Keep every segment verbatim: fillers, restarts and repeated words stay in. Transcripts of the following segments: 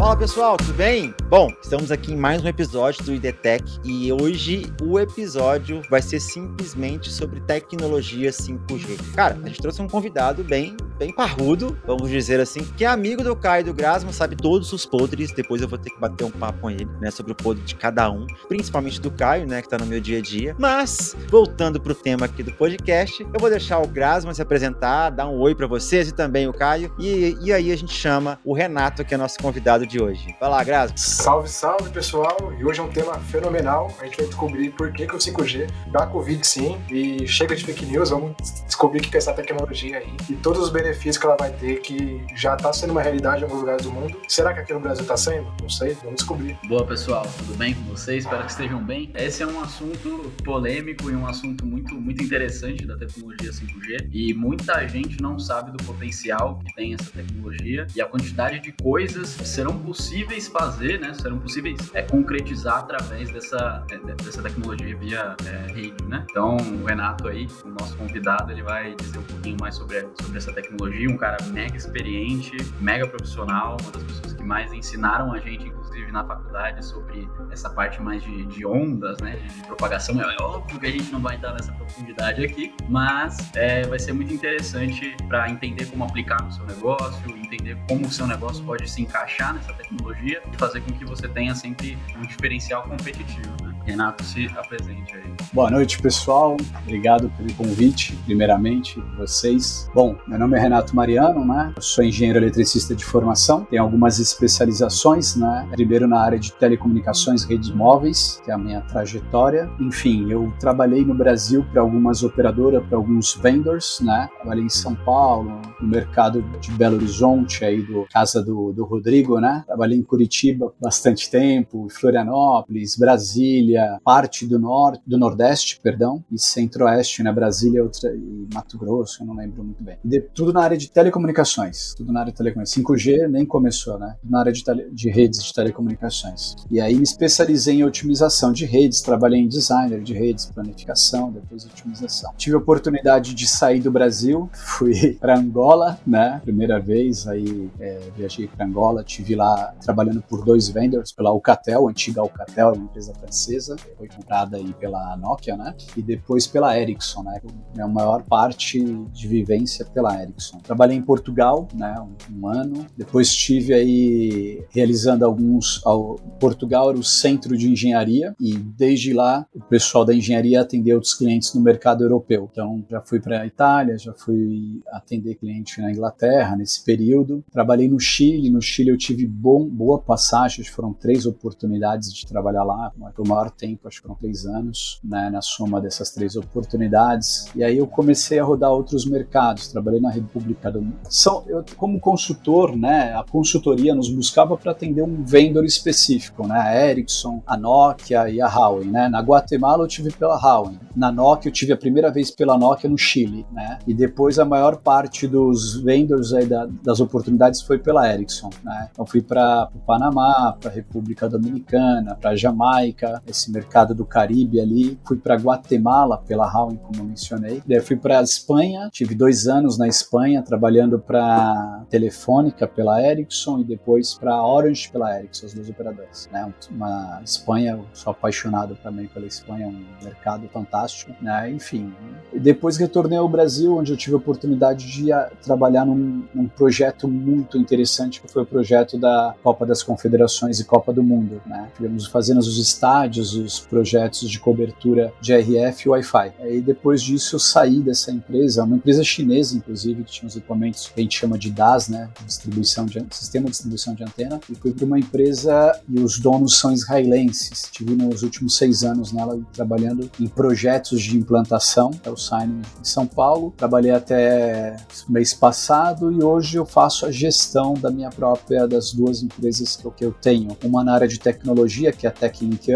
Fala pessoal, tudo bem? Bom, estamos aqui em mais um episódio do I D Tech e hoje o episódio vai ser simplesmente sobre tecnologia cinco G. Cara, a gente trouxe um convidado bem, bem parrudo, vamos dizer assim, que é amigo do Caio e do Grasman, sabe todos os podres. Depois eu vou ter que bater um papo com ele, né, sobre o podre de cada um, principalmente do Caio, né, que tá no meu dia a dia. Mas, voltando pro tema aqui do podcast, eu vou deixar o Grasman se apresentar, dar um oi pra vocês e também o Caio, e, e aí a gente chama o Renato, que é nosso convidado de hoje. Vai lá, Grasman. Salve, salve, pessoal! E hoje é um tema fenomenal. A gente vai descobrir por que, que o cinco G dá Covid sim, e chega de fake news, vamos descobrir o que é essa tecnologia aí e todos os benefícios que ela vai ter, que já está sendo uma realidade em alguns lugares do mundo. Será que aqui no Brasil está sendo? Não sei, vamos descobrir. Boa, pessoal, tudo bem com vocês? Espero que estejam bem. Esse é um assunto polêmico e um assunto muito, muito interessante da tecnologia cinco G, e muita gente não sabe do potencial que tem essa tecnologia e a quantidade de coisas que serão possíveis fazer, né? Serão possíveis é, concretizar através dessa, é, dessa tecnologia via é, rede, né? Então, o Renato aí, o nosso convidado, ele vai dizer um pouquinho mais sobre, sobre essa tecnologia, um cara mega experiente, mega profissional, uma das pessoas que mais ensinaram a gente, inclusive na faculdade, sobre essa parte mais de, de ondas, né? De, de propagação. É óbvio que a gente não vai entrar nessa profundidade aqui, mas é, vai ser muito interessante para entender como aplicar no seu negócio, entender como o seu negócio pode se encaixar nessa tecnologia e fazer com que você tenha sempre um diferencial competitivo, né? Renato, se apresente aí. Boa noite, pessoal. Obrigado pelo convite, primeiramente, vocês. Bom, meu nome é Renato Mariano, né? Eu sou engenheiro eletricista de formação, tenho algumas especializações, né? Primeiro na área de telecomunicações e redes móveis, que é a minha trajetória. Enfim, eu trabalhei no Brasil para algumas operadoras, para alguns vendors, né? Trabalhei em São Paulo, no mercado de Belo Horizonte, aí do casa do, do Rodrigo, né? Trabalhei em Curitiba bastante tempo, Florianópolis, Brasília, parte do norte, do Nordeste, perdão, e Centro-Oeste, né? Brasília outra, e Mato Grosso, eu não lembro muito bem. De, tudo na área de telecomunicações, tudo na área de telecomunicações. cinco G nem começou, né? Na área de, tele, de redes de telecomunicações. E aí me especializei em otimização de redes, trabalhei em designer de redes, planificação, depois otimização. Tive a oportunidade de sair do Brasil, fui para Angola, né? Primeira vez, aí é, viajei para Angola, tive lá trabalhando por dois vendors, pela Alcatel, a antiga Alcatel, uma empresa francesa, foi comprada aí pela Nokia, né? E depois pela Ericsson, né? Minha maior parte de vivência pela Ericsson. Trabalhei em Portugal, né? Um, um ano. Depois estive aí realizando alguns... Ao, Portugal era o centro de engenharia e desde lá o pessoal da engenharia atendeu outros clientes no mercado europeu. Então já fui para a Itália, já fui atender cliente na Inglaterra nesse período. Trabalhei no Chile. No Chile eu tive bom, boa passagem, foram três oportunidades de trabalhar lá, por maior tempo, acho que foram três anos, né, na soma dessas três oportunidades. E aí eu comecei a rodar outros mercados, trabalhei na República do... São, eu, como consultor, né, a consultoria nos buscava para atender um vendor específico, né, a Ericsson, a Nokia e a Huawei, né. Na Guatemala eu tive pela Huawei, na Nokia eu tive a primeira vez pela Nokia no Chile, né, e depois a maior parte dos vendors aí da, das oportunidades foi pela Ericsson, né. Então fui para o Panamá, para a República Dominicana, para a Jamaica, esse mercado do Caribe ali, fui para Guatemala pela Huawei, como eu mencionei, daí fui para a Espanha, tive dois anos na Espanha trabalhando para Telefônica pela Ericsson e depois para Orange pela Ericsson, as duas operadoras, né, uma Espanha, eu sou apaixonado também pela Espanha, um mercado fantástico, né, enfim, e depois retornei ao Brasil, onde eu tive a oportunidade de a, trabalhar num, num projeto muito interessante, que foi o projeto da Copa das Confederações e Copa do Mundo, né, tivemos fazendo os estádios, os projetos de cobertura de R F e Wi-Fi. Aí depois disso eu saí dessa empresa, uma empresa chinesa inclusive, que tinha os equipamentos que a gente chama de D A S, né, distribuição de, sistema de distribuição de antena, e fui para uma empresa e os donos são israelenses. Estive nos últimos seis anos nela trabalhando em projetos de implantação, é o Signing em São Paulo. Trabalhei até mês passado e hoje eu faço a gestão da minha própria, das duas empresas que eu, que eu tenho. Uma na área de tecnologia, que é a Tech Link Up, né,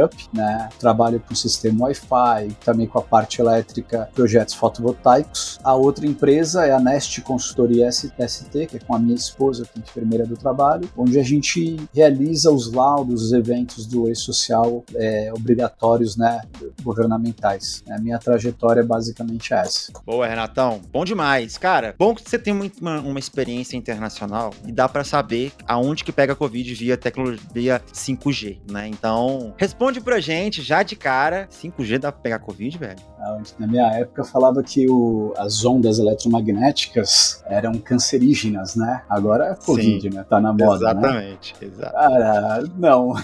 né? Trabalho com sistema Wi-Fi, também com a parte elétrica, projetos fotovoltaicos. A outra empresa é a Nest Consultoria S T, que é com a minha esposa, que é enfermeira do trabalho, onde a gente realiza os laudos, os eventos do E-Social é, obrigatórios, né, governamentais. A minha trajetória é basicamente essa. Boa, Renatão. Bom demais. Cara, bom que você tem uma, uma experiência internacional e dá pra saber aonde que pega a Covid via tecnologia cinco G, né? Então, responde pra gente já de cara, cinco G dá pra pegar Covid, velho? Na minha época falava que o, as ondas eletromagnéticas eram cancerígenas, né? Agora é Covid, Sim, né? Tá na moda, exatamente, né? Exato. Cara, não.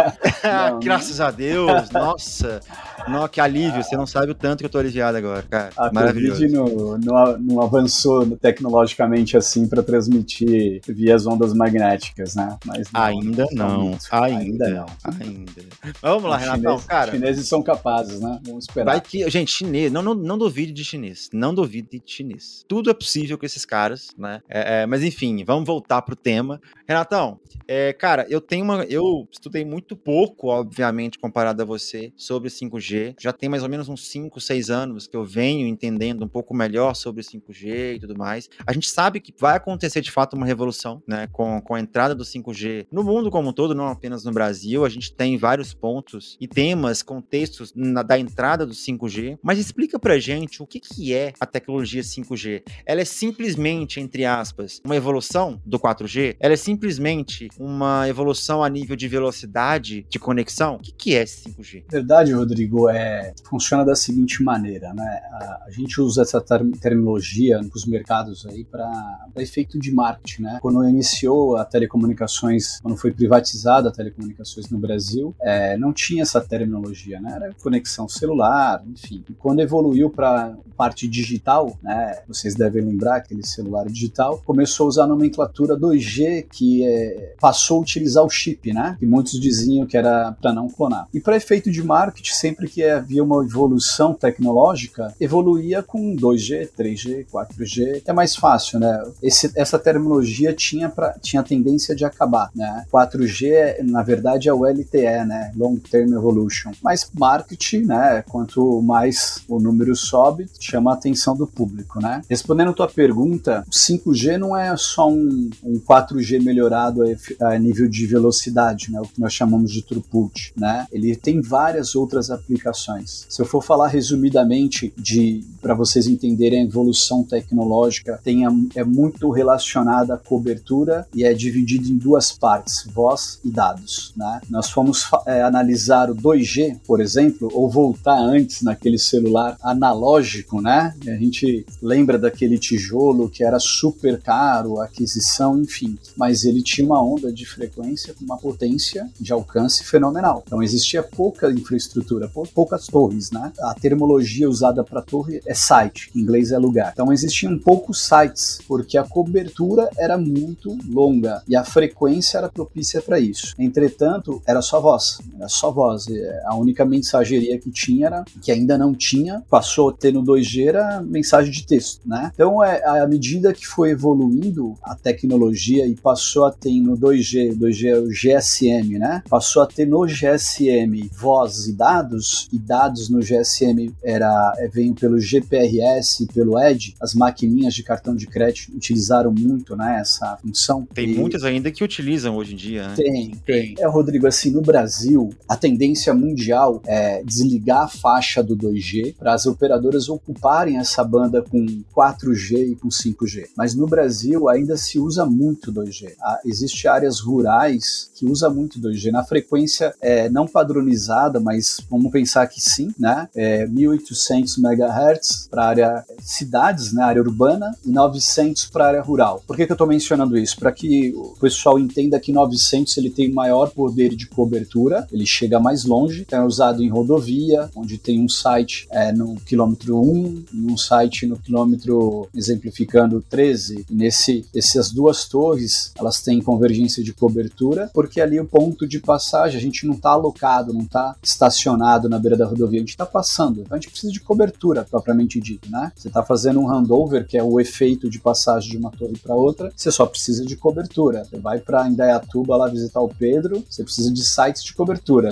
não Graças né? a Deus, nossa. Não, que alívio, você não sabe o tanto que eu tô aliviado agora, cara. A Maravilhoso. Covid não, não, não avançou tecnologicamente assim para transmitir via as ondas magnéticas, né? Mas não, ainda não, não ainda, ainda não, ainda. Vamos lá, Renatão, cara. Os chineses são capazes, né? Vamos esperar. Vai que, gente, chinês, não, não, não duvide de chinês, não duvide de chinês. Tudo é possível com esses caras, né? É, é, mas enfim, vamos voltar pro tema. Renatão, é, cara, eu tenho uma, eu estudei muito pouco, obviamente, comparado a você, sobre cinco G. Já tem mais ou menos uns cinco, seis anos que eu venho entendendo um pouco melhor sobre cinco G e tudo mais. A gente sabe que vai acontecer de fato uma revolução, né, com, com a entrada do cinco G no mundo como um todo, não apenas no Brasil. A gente tem vários pontos e temas, contextos na, da entrada do cinco G, mas explica pra gente o que, que é a tecnologia cinco G. Ela é simplesmente, entre aspas, uma evolução do quatro G? Ela é simplesmente uma evolução a nível de velocidade de conexão? O que, que é cinco G? Verdade, Rodrigo. É, funciona da seguinte maneira, né? A, a gente usa essa term, terminologia nos mercados aí para efeito de marketing, né? Quando iniciou a telecomunicações, quando foi privatizada a telecomunicações no Brasil, é, não tinha essa terminologia, né? Era conexão celular, enfim. E quando evoluiu para parte digital, né? Vocês devem lembrar aquele celular digital, começou a usar a nomenclatura dois G, que é, passou a utilizar o chip, né? Que muitos diziam que era para não clonar. E para efeito de marketing, sempre que havia uma evolução tecnológica, evoluía com dois G, três G, quatro G, é mais fácil, né? Esse, essa terminologia tinha, pra, tinha tendência de acabar, né? quatro G, na verdade, é o L T E, né? Long Term Evolution. Mas marketing, né? Quanto mais o número sobe, chama a atenção do público, né? Respondendo a tua pergunta, o cinco G não é só um, um quatro G melhorado a, a nível de velocidade, né? O que nós chamamos de throughput, né? Ele tem várias outras aplicações. Se eu for falar resumidamente de para vocês entenderem a evolução tecnológica, tem a, é muito relacionada à cobertura e é dividido em duas partes, voz e dados, né? Nós fomos é, analisar o dois G, por exemplo, ou voltar antes naquele celular analógico, né? A gente lembra daquele tijolo que era super caro, a aquisição, enfim, mas ele tinha uma onda de frequência com uma potência de alcance fenomenal. Então existia pouca infraestrutura, poucas torres, né? A terminologia usada para torre é site, em inglês é lugar. Então existiam poucos sites, porque a cobertura era muito longa e a frequência era propícia para isso. Entretanto, era só voz, era só voz. A única mensageria que tinha era, que ainda não tinha, passou a ter no dois G, era mensagem de texto, né? Então, é, à medida que foi evoluindo a tecnologia e passou a ter no dois G, dois G é o G S M, né? Passou a ter no G S M voz e dados, e dados no G S M era, veio pelo G P R S e pelo E D. As maquininhas de cartão de crédito utilizaram muito, né, essa função. Tem e... muitas ainda que utilizam hoje em dia, né? Tem, tem. É, Rodrigo, assim, no Brasil, a tendência mundial é desligar a faixa do dois G para as operadoras ocuparem essa banda com quatro G e com cinco G. Mas no Brasil ainda se usa muito dois G. Ah, existe áreas rurais que usam muito dois G. Na frequência é, não padronizada, mas vamos pensar que sim, né? É, mil e oitocentos megahertz para área cidades, né? Área urbana, e novecentos para área rural. Por que que eu estou mencionando isso? Para que o pessoal entenda que novecentos ele tem maior poder de cobertura, ele chega mais longe, é usado em rodovia, onde tem um site é, no quilômetro um, e um site no quilômetro, exemplificando, treze. Nesse, essas duas torres, elas têm convergência de cobertura, porque ali o ponto de passagem, a gente não está alocado, não está estacionado na beira da rodovia, a gente está passando. Então a gente precisa de cobertura, propriamente dito, né? Você está fazendo um handover, que é o efeito de passagem de uma torre para outra, você só precisa de cobertura. Você vai para Indaiatuba lá visitar o Pedro, você precisa de sites de cobertura. Você não precisa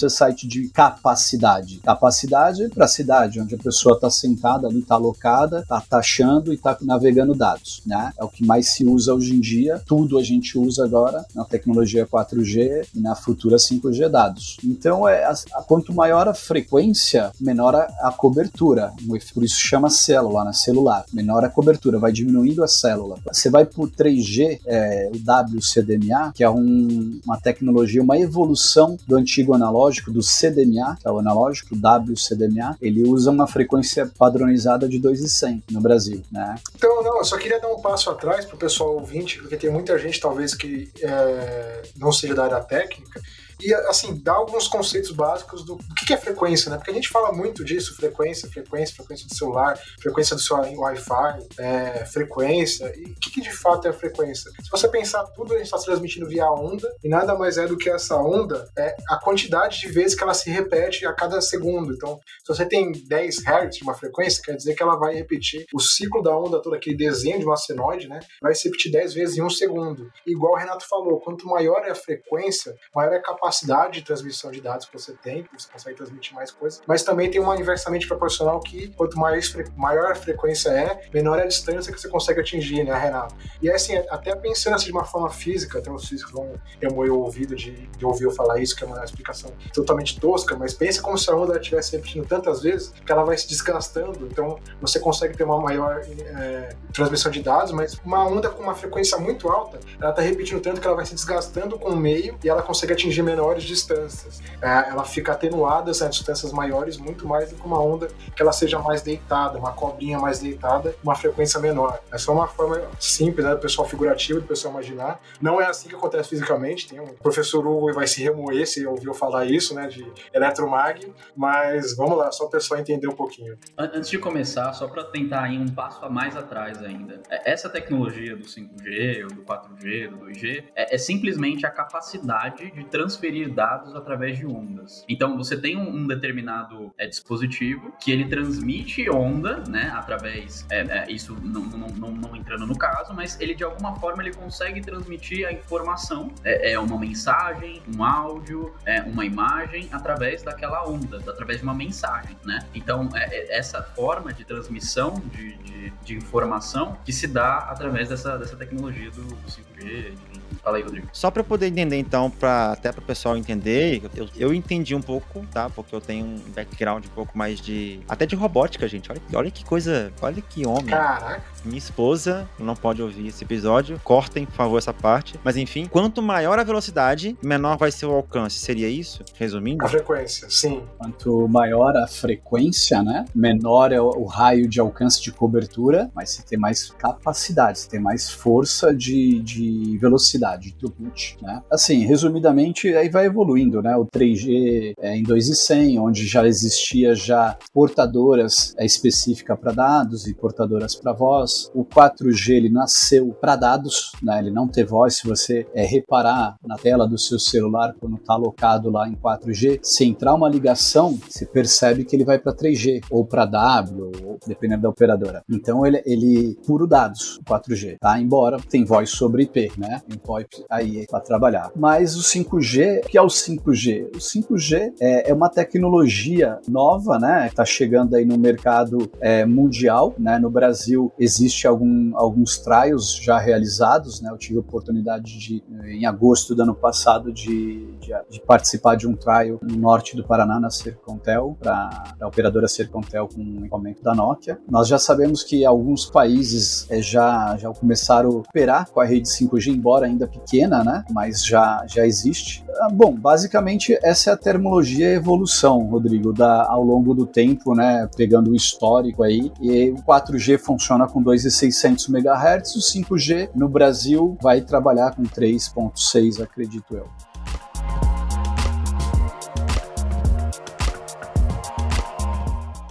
site de capacidade. Capacidade para a cidade, onde a pessoa está sentada ali, está alocada, está taxando e está navegando dados, né? É o que mais se usa hoje em dia. Tudo a gente usa agora na tecnologia quatro G e na futura cinco G dados. Então, é, a, a, quanto maior a frequência, menor a, a cobertura. Por isso chama célula, né? Celular. Menor a cobertura, vai diminuindo a célula. Você vai por três G, é, o W C D M A, que é um, uma tecnologia, uma evolução do antigo analógico, do C D M A, que é o analógico, o W C D M A. Ele usa uma frequência padronizada de dois mil e cem no Brasil, né? Então, não, eu só queria dar um passo atrás para o pessoal ouvinte, porque tem muita gente, talvez, que é, não seja da área técnica, e, assim, dá alguns conceitos básicos do, do que é frequência, né? Porque a gente fala muito disso, frequência, frequência, frequência do celular, frequência do seu Wi-Fi, é, frequência, e o que, que de fato é a frequência? Se você pensar, tudo a gente está transmitindo via onda, e nada mais é do que essa onda, é a quantidade de vezes que ela se repete a cada segundo. Então, se você tem dez hertz de uma frequência, quer dizer que ela vai repetir o ciclo da onda todo, aquele desenho de uma senoide, né? Vai se repetir dez vezes em um segundo. Igual o Renato falou, quanto maior é a frequência, maior é a capacidade capacidade de transmissão de dados que você tem, que você consegue transmitir mais coisas, mas também tem uma inversamente proporcional que quanto maior, maior a frequência é, menor é a distância que você consegue atingir, né, Renato? E assim, até pensando assim de uma forma física, até os físicos vão remoer o ouvido de, de ouvir eu falar isso, que é uma explicação totalmente tosca, mas pensa como se a onda estivesse repetindo tantas vezes que ela vai se desgastando, então você consegue ter uma maior é, transmissão de dados, mas uma onda com uma frequência muito alta, ela está repetindo tanto que ela vai se desgastando com o meio e ela consegue atingir menores distâncias. É, ela fica atenuada a distâncias maiores muito mais do que uma onda que ela seja mais deitada, uma cobrinha mais deitada, uma frequência menor. É só uma forma simples, né, do pessoal figurativo, do pessoal imaginar. Não é assim que acontece fisicamente. Tem um professor Hugo vai se remoer se ouviu falar isso, né, de eletromag, mas vamos lá, só o pessoal entender um pouquinho. Antes de começar, só para tentar ir um passo a mais atrás ainda, essa tecnologia do cinco G, ou do quatro G, do dois G, é, é simplesmente a capacidade de transferir dados através de ondas. Então, você tem um, um determinado é, dispositivo que ele transmite onda, né, através, é, é, isso não, não, não, não entrando no caso, mas ele de alguma forma ele consegue transmitir a informação, é, é uma mensagem, um áudio, é, uma imagem através daquela onda, através de uma mensagem, né? Então, é, é essa forma de transmissão de, de, de informação que se dá através dessa, dessa tecnologia do, do cinco G. Fala aí, Rodrigo. Só para poder entender, então, pra, até para o pessoal entender, eu, eu entendi um pouco, tá? Porque eu tenho um background um pouco mais de... até de robótica, gente. Olha, olha que coisa... olha que homem. Caraca. Minha esposa não pode ouvir esse episódio. Cortem, por favor, essa parte. Mas, enfim, quanto maior a velocidade, menor vai ser o alcance. Seria isso? Resumindo? A frequência, sim. Quanto maior a frequência, né? Menor é o, o raio de alcance de cobertura, mas você tem mais capacidade, você tem mais força de, de velocidade, de throughput, né? Assim, resumidamente, aí vai evoluindo, né? O três G é em dois mil e cem, onde já existia já portadoras é, específicas para dados e portadoras para voz. O quatro G, ele nasceu para dados, né? Ele não tem voz. Se você é, reparar na tela do seu celular, quando está alocado lá em quatro G, se entrar uma ligação, você percebe que ele vai para três G, ou para W, ou dependendo da operadora. Então, ele, ele puro dados, o quatro G, tá? Embora tem voz sobre I P, né? Tem voz aí para trabalhar. Mas o cinco G, o que é o cinco G? O cinco G é, é uma tecnologia nova, né? Está chegando aí no mercado é, mundial, né? No Brasil existe algum, alguns trials já realizados, né? Eu tive a oportunidade de, em agosto do ano passado, de, de, de participar de um trial no norte do Paraná, na Sercontel, para a operadora Sercontel com um equipamento da Nokia. Nós já sabemos que alguns países é, já, já começaram a operar com a rede cinco G, embora ainda pequena, né? Mas já, já existe. Bom, basicamente essa é a termologia e evolução, Rodrigo, da, ao longo do tempo, né? Pegando o histórico aí. E o quatro G funciona com dois mil e seiscentos megahertz, o cinco G no Brasil vai trabalhar com três ponto seis, acredito eu.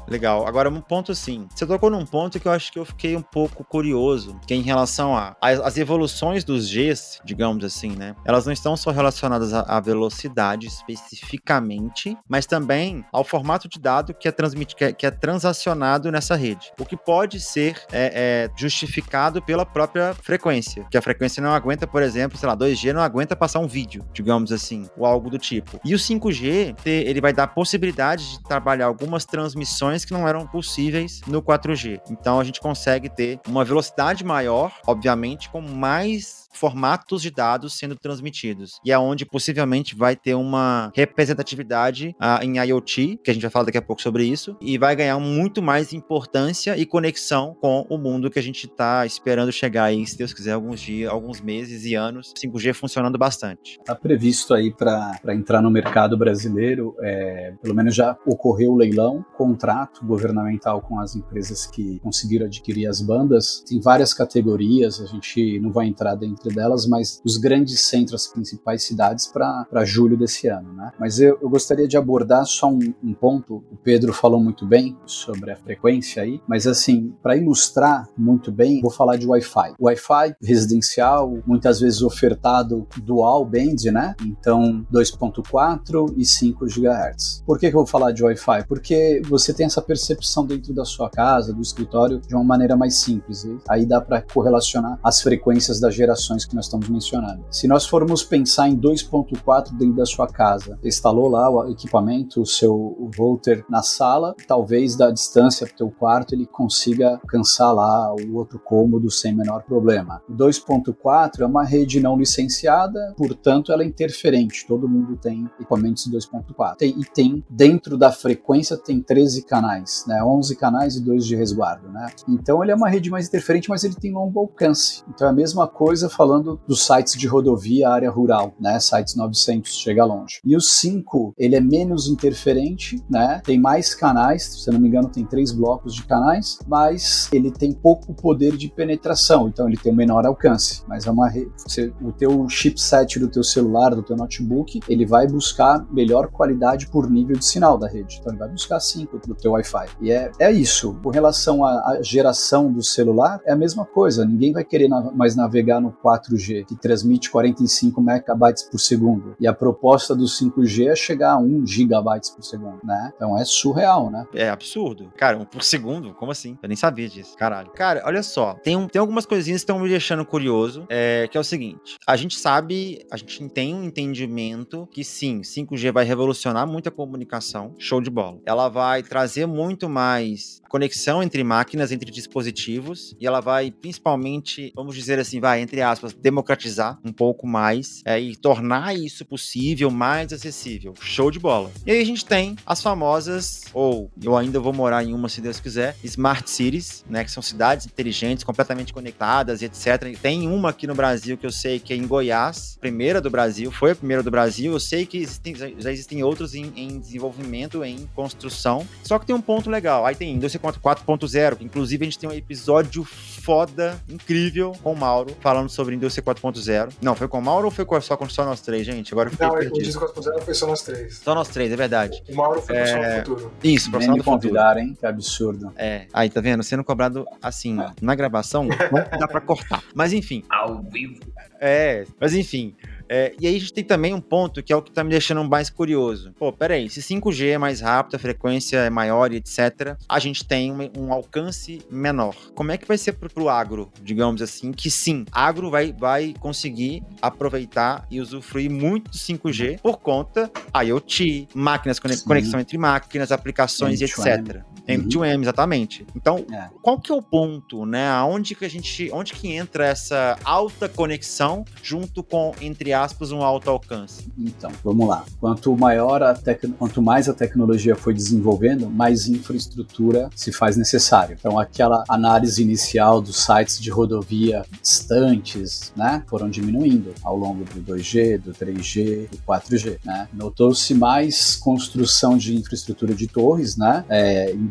Legal. Agora, um ponto assim, você tocou num ponto que eu acho que eu fiquei um pouco curioso, que é em relação a, a as evoluções dos Gs, digamos assim, né? Elas não estão só relacionadas à, à velocidade especificamente, mas também ao formato de dado que é, transmit, que é, que é transacionado nessa rede. O que pode ser é, é, justificado pela própria frequência, que a frequência não aguenta, por exemplo, sei lá, dois G não aguenta passar um vídeo, digamos assim, ou algo do tipo. E o cinco G, ele vai dar a possibilidade de trabalhar algumas transmissões que não eram possíveis no quatro G. Então a gente consegue ter uma velocidade maior, obviamente, com mais formatos de dados sendo transmitidos. E é onde possivelmente vai ter uma representatividade uh, em IoT, que a gente vai falar daqui a pouco sobre isso, e vai ganhar muito mais importância e conexão com o mundo que a gente está esperando chegar aí, se Deus quiser, alguns dias, alguns meses e anos, cinco G funcionando bastante. Está previsto aí para entrar no mercado brasileiro, é, pelo menos já ocorreu o leilão, contrato governamental com as empresas que conseguiram adquirir as bandas. Tem várias categorias, a gente não vai entrar dentro delas, mas os grandes centros, as principais cidades para julho desse ano, né? Mas eu, eu gostaria de abordar só um, um ponto, o Pedro falou muito bem sobre a frequência aí, mas assim, para ilustrar muito bem, vou falar de Wi-Fi. Wi-Fi residencial, muitas vezes ofertado dual band, né? Então, dois ponto quatro e cinco gigahertz. Por que que eu vou falar de Wi-Fi? Porque você tem essa percepção dentro da sua casa, do escritório, de uma maneira mais simples. E aí dá para correlacionar as frequências das gerações que nós estamos mencionando. Se nós formos pensar em dois ponto quatro dentro da sua casa, você instalou lá o equipamento, o seu o router na sala, talvez da distância para o teu quarto ele consiga alcançar lá o outro cômodo sem menor problema. O dois ponto quatro é uma rede não licenciada, portanto ela é interferente, todo mundo tem equipamentos de dois ponto quatro. Tem, e tem, dentro da frequência, tem treze canais, né? onze canais e dois de resguardo, né? Então ele é uma rede mais interferente, mas ele tem longo alcance. Então é a mesma coisa falando dos sites de rodovia, área rural, né? Sites novecentos, chega longe. E o cinco, ele é menos interferente, né? Tem mais canais, se eu não me engano tem três blocos de canais, mas ele tem pouco poder de penetração, então ele tem um menor alcance. Mas é uma rede, você, o teu chipset do teu celular, do teu notebook, ele vai buscar melhor qualidade por nível de sinal da rede. Então ele vai buscar cinco do teu Wi-Fi. E é, é isso. Com relação à, à geração do celular, é a mesma coisa. Ninguém vai querer na, mais navegar no quatro G, que transmite quarenta e cinco megabytes por segundo. E a proposta do cinco G é chegar a um gigabytes por segundo, né? Então é surreal, né? É absurdo. Cara, um por segundo? Como assim? Eu nem sabia disso. Caralho. Cara, olha só. Tem, um, tem algumas coisinhas que estão me deixando curioso, é, que é o seguinte. A gente sabe, a gente tem um entendimento que sim, cinco G vai revolucionar muito a comunicação. Show de bola. Ela vai trazer muito mais conexão entre máquinas, entre dispositivos, e ela vai principalmente, vamos dizer assim, vai, entre aspas, democratizar um pouco mais é, e tornar isso possível, mais acessível. Show de bola. E aí a gente tem as famosas, ou eu ainda vou morar em uma se Deus quiser, Smart Cities, né, que são cidades inteligentes, completamente conectadas, etcétera. Tem uma aqui no Brasil que eu sei que é em Goiás, primeira do Brasil, foi a primeira do Brasil, eu sei que existem, já existem outros em, em desenvolvimento, em construção, só que tem um ponto legal, aí tem Indústria quatro ponto zero, que inclusive a gente tem um episódio foda, incrível, com o Mauro, falando sobre Indústria quatro ponto zero. Não, foi com o Mauro ou foi só com só nós três, gente? Agora eu fiquei Não, perdido. o Indústria quatro ponto zero foi só nós três. Só nós três, é verdade. O Mauro foi é... profissional do futuro. Isso, profissional Nem do futuro. convidar, hein? Que absurdo. É, aí tá vendo? Sendo cobrado assim, é. na gravação, não dá pra cortar. Mas enfim. Ao vivo. É, mas enfim. É, e aí a gente tem também um ponto que é o que tá me deixando mais curioso. Pô, peraí, se cinco G é mais rápido, a frequência é maior e etcétera, a gente tem um, um alcance menor. Como é que vai ser pro, pro agro, digamos assim, que sim, agro vai, vai conseguir aproveitar e usufruir muito do cinco G por conta IoT, máquinas, sim. conexão entre máquinas, aplicações e etcétera. M dois M, exatamente. Então, é. qual que é o ponto, né? Aonde que a gente, onde que entra essa alta conexão junto com, entre aspas, um alto alcance? Então, vamos lá. Quanto maior a tec... quanto mais a tecnologia foi desenvolvendo, mais infraestrutura se faz necessário. Então, aquela análise inicial dos sites de rodovia distantes, né, foram diminuindo ao longo do dois G, do três G, do quatro G, né? Notou-se mais construção de infraestrutura de torres, né, é,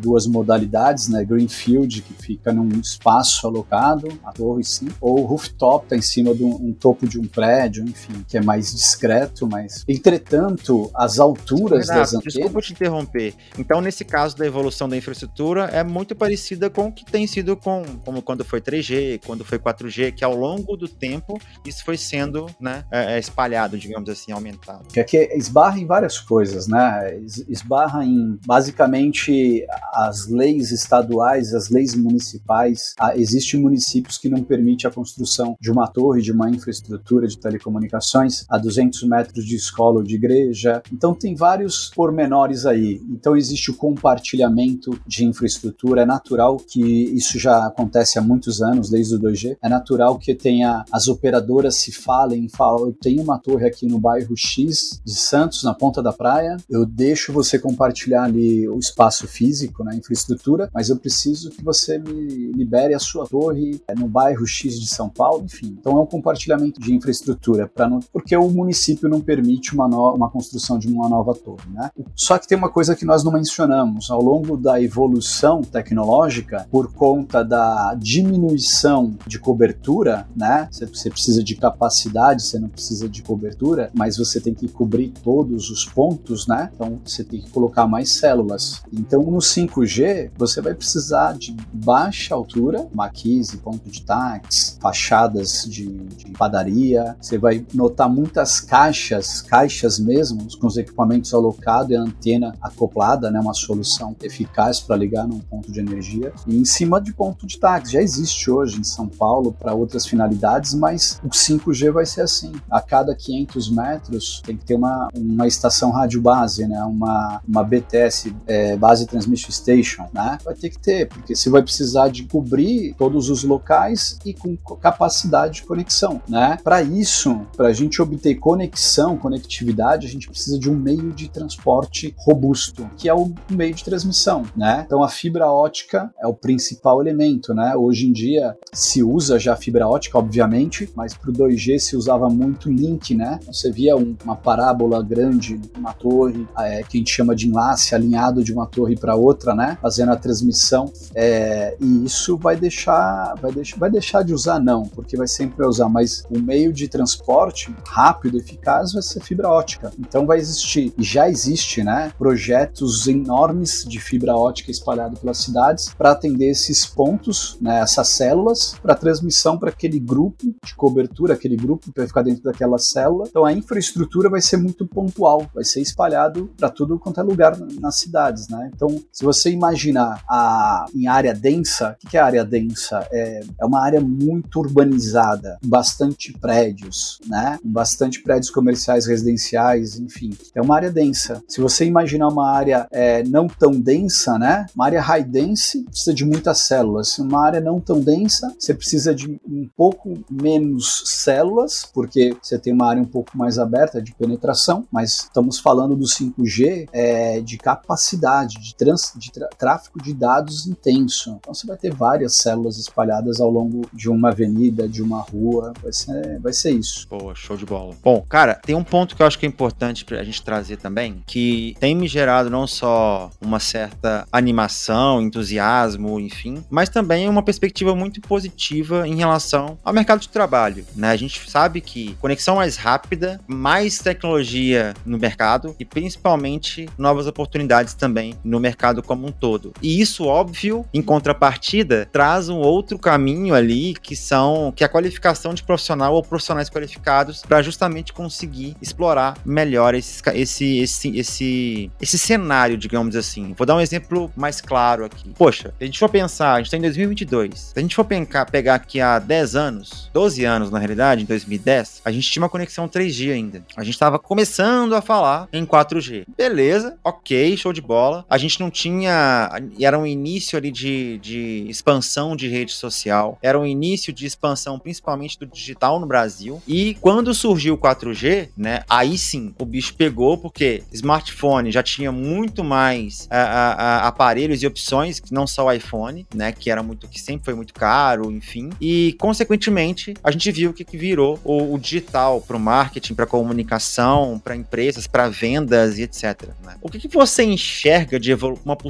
duas modalidades, né? Greenfield, que fica num espaço alocado, a torre sim, ou rooftop, tá em cima de um, um topo de um prédio, enfim, que é mais discreto, mas... Entretanto, as alturas Renato, das antenas... Desculpa te interromper. Então, nesse caso da evolução da infraestrutura, é muito parecida com o que tem sido com, como quando foi três G, quando foi quatro G, que ao longo do tempo, isso foi sendo, né, é, espalhado, digamos assim, aumentado. Que aqui esbarra em várias coisas, né? Esbarra em, basicamente, as leis estaduais, as leis municipais. Existem municípios que não permitem a construção de uma torre, de uma infraestrutura de telecomunicações a duzentos metros de escola ou de igreja. Então, tem vários pormenores aí. Então, existe o compartilhamento de infraestrutura. É natural que isso já acontece há muitos anos, desde o dois G. É natural que tenha as operadoras se falem e falam, eu tenho uma torre aqui no bairro X de Santos, na ponta da praia, eu deixo você compartilhar ali o espaço físico, né, infraestrutura, mas eu preciso que você me libere a sua torre no bairro X de São Paulo, enfim. Então é um compartilhamento de infraestrutura, pra não, porque o município não permite uma, no, uma construção de uma nova torre, né? Só que tem uma coisa que nós não mencionamos, ao longo da evolução tecnológica, por conta da diminuição de cobertura, né? Você, você precisa de capacidade, você não precisa de cobertura, mas você tem que cobrir todos os pontos, né? Então você tem que colocar mais células. Então no cinco G você vai precisar de baixa altura, maquise, ponto de táxi, fachadas de, de padaria. Você vai notar muitas caixas, caixas mesmo, com os equipamentos alocados e a antena acoplada, né? Uma solução eficaz para ligar num ponto de energia. E em cima de ponto de táxi, já existe hoje em São Paulo para outras finalidades, mas o cinco G vai ser assim. A cada quinhentos metros tem que ter uma, uma estação rádio base, né? Uma, uma B T S, é, Base Transmission Station, né? Vai ter que ter, porque você vai precisar de cobrir todos os locais e com capacidade de conexão, né? Para isso, para a gente obter conexão, conectividade, a gente precisa de um meio de transporte robusto, que é o meio de transmissão, né? Então a fibra ótica é o principal elemento, né? Hoje em dia se usa já fibra ótica, obviamente, mas para o dois G se usava muito link, né? Você via um, uma parábola grande, uma torre, é, que a gente chama de enlace, alinhado de uma torre para outra, né? Fazendo a transmissão, é, e isso vai deixar, vai deixar, vai deixar de usar, não, porque vai sempre usar, mas o meio de transporte rápido e eficaz vai ser fibra ótica. Então vai existir, e já existe, né? Projetos enormes de fibra ótica espalhado pelas cidades para atender esses pontos, né? Essas células, para transmissão para aquele grupo de cobertura, aquele grupo que vai ficar dentro daquela célula. Então a infraestrutura vai ser muito pontual, vai ser espalhado para tudo quanto é lugar nas cidades, né? Então, se você imaginar a, em área densa, o que é área densa? É, é uma área muito urbanizada, bastante prédios, né? Bastante prédios comerciais, residenciais, enfim. É uma área densa. Se você imaginar uma área é, não tão densa, né? Uma área high dense precisa de muitas células. Uma área não tão densa, você precisa de um pouco menos células, porque você tem uma área um pouco mais aberta de penetração, mas estamos falando do cinco G é, de capacidade, de, trans, de tra- tráfego de dados intenso. Então você vai ter várias células espalhadas ao longo de uma avenida, de uma rua, vai ser, vai ser isso. Boa, show de bola. Bom, cara, tem um ponto que eu acho que é importante pra gente trazer também, que tem me gerado não só uma certa animação, entusiasmo, enfim, mas também uma perspectiva muito positiva em relação ao mercado de trabalho, né? A gente sabe que conexão mais rápida, mais tecnologia no mercado e principalmente novas oportunidades também no mercado como um todo. E isso, óbvio, em contrapartida, traz um outro caminho ali que são que é a qualificação de profissional ou profissionais qualificados para justamente conseguir explorar melhor esse, esse, esse, esse, esse cenário, digamos assim. Vou dar um exemplo mais claro aqui. Poxa, se a gente for pensar, a gente está em dois mil e vinte e dois, se a gente for pencar, pegar aqui há dez anos, doze anos na realidade, em dois mil e dez, a gente tinha uma conexão três G ainda. A gente estava começando a falar em quatro G. Beleza, ok, show de bola. A gente não tinha... Era um início ali de, de expansão de rede social, era um início de expansão principalmente do digital no Brasil. E quando surgiu o quatro G, né, aí sim, o bicho pegou, porque smartphone já tinha muito mais a, a, a aparelhos e opções, não só o iPhone, né, que era muito, que sempre foi muito caro, enfim. E, consequentemente, a gente viu o que, que virou o, o digital para o marketing, para comunicação, para empresas, para vendas e etcétera. Né? O que, que você enxerga de evolu- uma poss-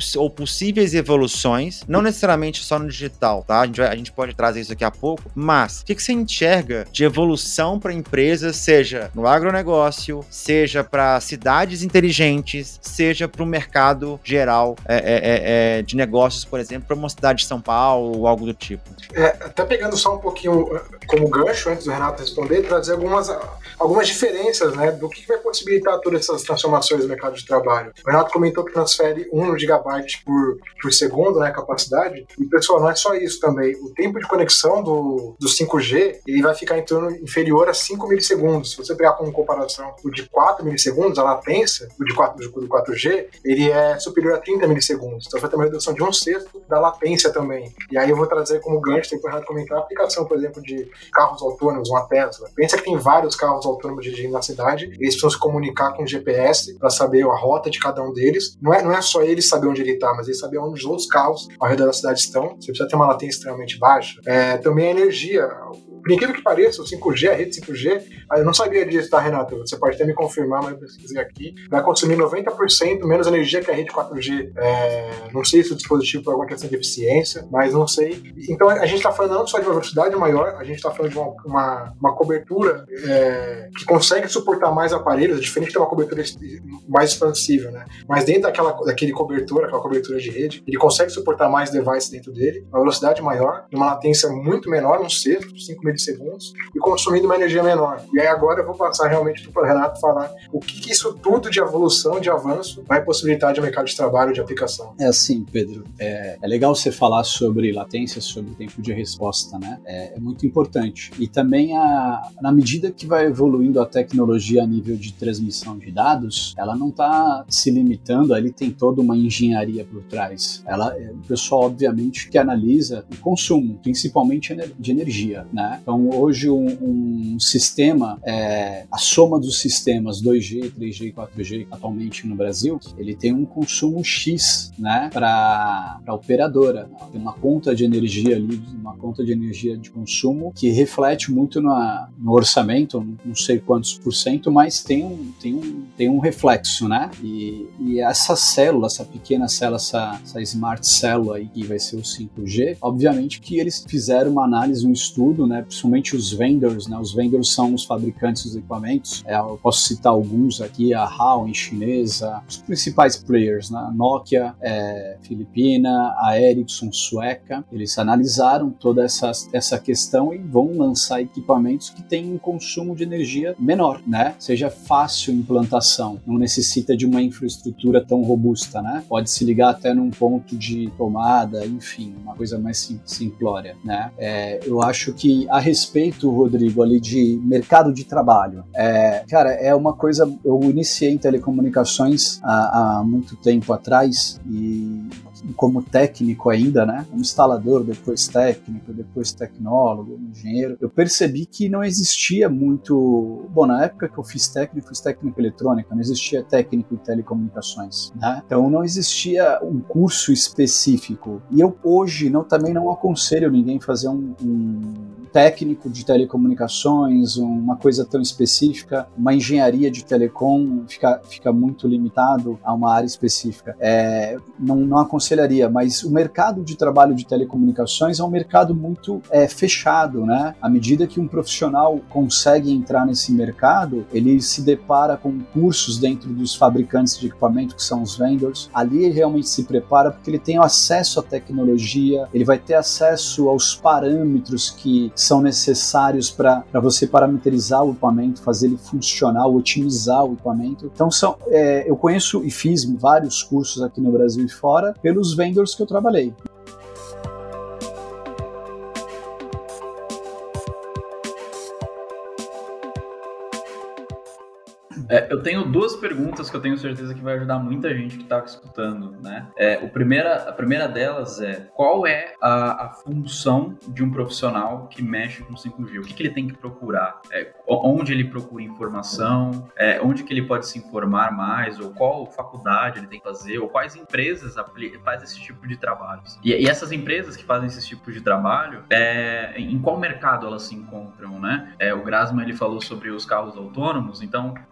poss- ou possíveis evoluções, não necessariamente só no digital, tá? A gente, vai, a gente pode trazer isso daqui a pouco, mas o que, que você enxerga de evolução para empresas, seja no agronegócio, seja para cidades inteligentes, seja para o mercado geral é, é, é, de negócios, por exemplo, para uma cidade de São Paulo ou algo do tipo? É, até pegando só um pouquinho como gancho, antes do Renato responder, trazer algumas, algumas diferenças, né, do que vai possibilitar todas essas transformações no mercado de trabalho. O Renato comentou que transfere um gigabyte por, por segundo, né, capacidade, e pessoal, não é só isso também. O tempo de conexão do, do cinco G, ele vai ficar em torno inferior a cinco milissegundos. Se você pegar como comparação o de quatro milissegundos, a latência, o de quatro, do quatro G, ele é superior a trinta milissegundos. Então vai ter uma redução de um sexto da latência também. E aí eu vou trazer como gancho, tem que o Renato comentar, a aplicação, por exemplo, de carros autônomos, uma Tesla. Pensa que tem vários carros autônomos dirigindo na cidade, eles precisam se comunicar com o G P S para saber a rota de cada um deles. Não é, não é só eles saber onde ele está, mas eles saber onde os outros carros ao redor da cidade estão. Você precisa ter uma latência extremamente baixa. É, também a energia. Por incrível que pareça, o cinco G, a rede cinco G, eu não sabia disso, tá, Renato? Você pode até me confirmar, mas eu pesquisei aqui. Vai consumir noventa por cento menos energia que a rede quatro G. É, não sei se o dispositivo por alguma questão de eficiência, mas não sei. Então a gente está falando não só de uma velocidade maior, a gente está falando de uma, uma, uma cobertura é, que consegue suportar mais aparelhos, diferente de uma cobertura mais expansível, né? Mas dentro daquela, daquele cobertor, aquela cobertura de rede, ele consegue suportar mais devices dentro dele, uma velocidade maior, uma latência muito menor, um sexto, cinco milissegundos, e consumindo uma energia menor. E aí agora eu vou passar realmente para o Renato falar o que, que isso tudo de evolução, de avanço, vai possibilitar de mercado de trabalho, de aplicação. É assim, Pedro, é, é legal você falar sobre latência, sobre tempo de resposta, né? É, é muito importante. E também, a, na medida que vai evoluindo a tecnologia a nível de transmissão de dados, ela não está se limitando, ali tem toda uma engenharia por trás. Ela, o pessoal, obviamente, que analisa o consumo, principalmente de energia, né? Então, hoje, um, um sistema, é, a soma dos sistemas dois G, três G e quatro G atualmente no Brasil, ele tem um consumo X, né, para a operadora. Tem uma conta de energia ali, uma conta de energia de consumo que reflete muito na, no orçamento, não sei quantos por cento, mas tem um, tem um, tem um reflexo, né? E, e essa célula, essa pequena célula, essa, essa smart célula aí que vai ser o cinco G, obviamente que eles fizeram uma análise, um estudo, né, principalmente os vendors, né, os vendors são os fabricantes dos equipamentos, é, eu posso citar alguns aqui, a Huawei chinesa, os principais players, né, a Nokia é, filipina, a Ericsson sueca, eles analisaram toda essa, essa questão e vão lançar equipamentos que têm um consumo de energia menor, né, seja fácil implantação, não necessita de uma infraestrutura tão robusta, né, pode se ligar até num ponto de tomada, enfim, uma coisa mais sim, simplória, né, é, eu acho que a respeito, Rodrigo, ali de mercado de trabalho, é, cara, é uma coisa, eu iniciei em telecomunicações há, há muito tempo atrás e como técnico ainda, né, um instalador, depois técnico, depois tecnólogo, engenheiro, eu percebi que não existia muito, bom, na época que eu fiz técnico, fiz técnico eletrônica, não existia técnico em telecomunicações, né, então não existia um curso específico, e eu hoje não, também não aconselho ninguém fazer um, um técnico de telecomunicações, uma coisa tão específica, uma engenharia de telecom fica, fica muito limitado a uma área específica. É, não, não aconselharia, mas o mercado de trabalho de telecomunicações é um mercado muito é, fechado, né? À medida que um profissional consegue entrar nesse mercado, ele se depara com cursos dentro dos fabricantes de equipamento, que são os vendors. Ali ele realmente se prepara porque ele tem acesso à tecnologia, ele vai ter acesso aos parâmetros que são necessários para você parametrizar o equipamento, fazer ele funcionar, otimizar o equipamento. Então, são, é, eu conheço e fiz vários cursos aqui no Brasil e fora pelos vendors que eu trabalhei. É, eu tenho duas perguntas que eu tenho certeza que vai ajudar muita gente que está escutando, né? É, o primeira, a primeira delas é, qual é a, a função de um profissional que mexe com cinco G? O que, que ele tem que procurar? É, onde ele procura informação? É, onde que ele pode se informar mais? Ou qual faculdade ele tem que fazer? Ou quais empresas fazem esse tipo de trabalhos? E, e essas empresas que fazem esse tipo de trabalho, é, em qual mercado elas se encontram, né? É, o Grassman, ele falou sobre os carros autônomos, então... É,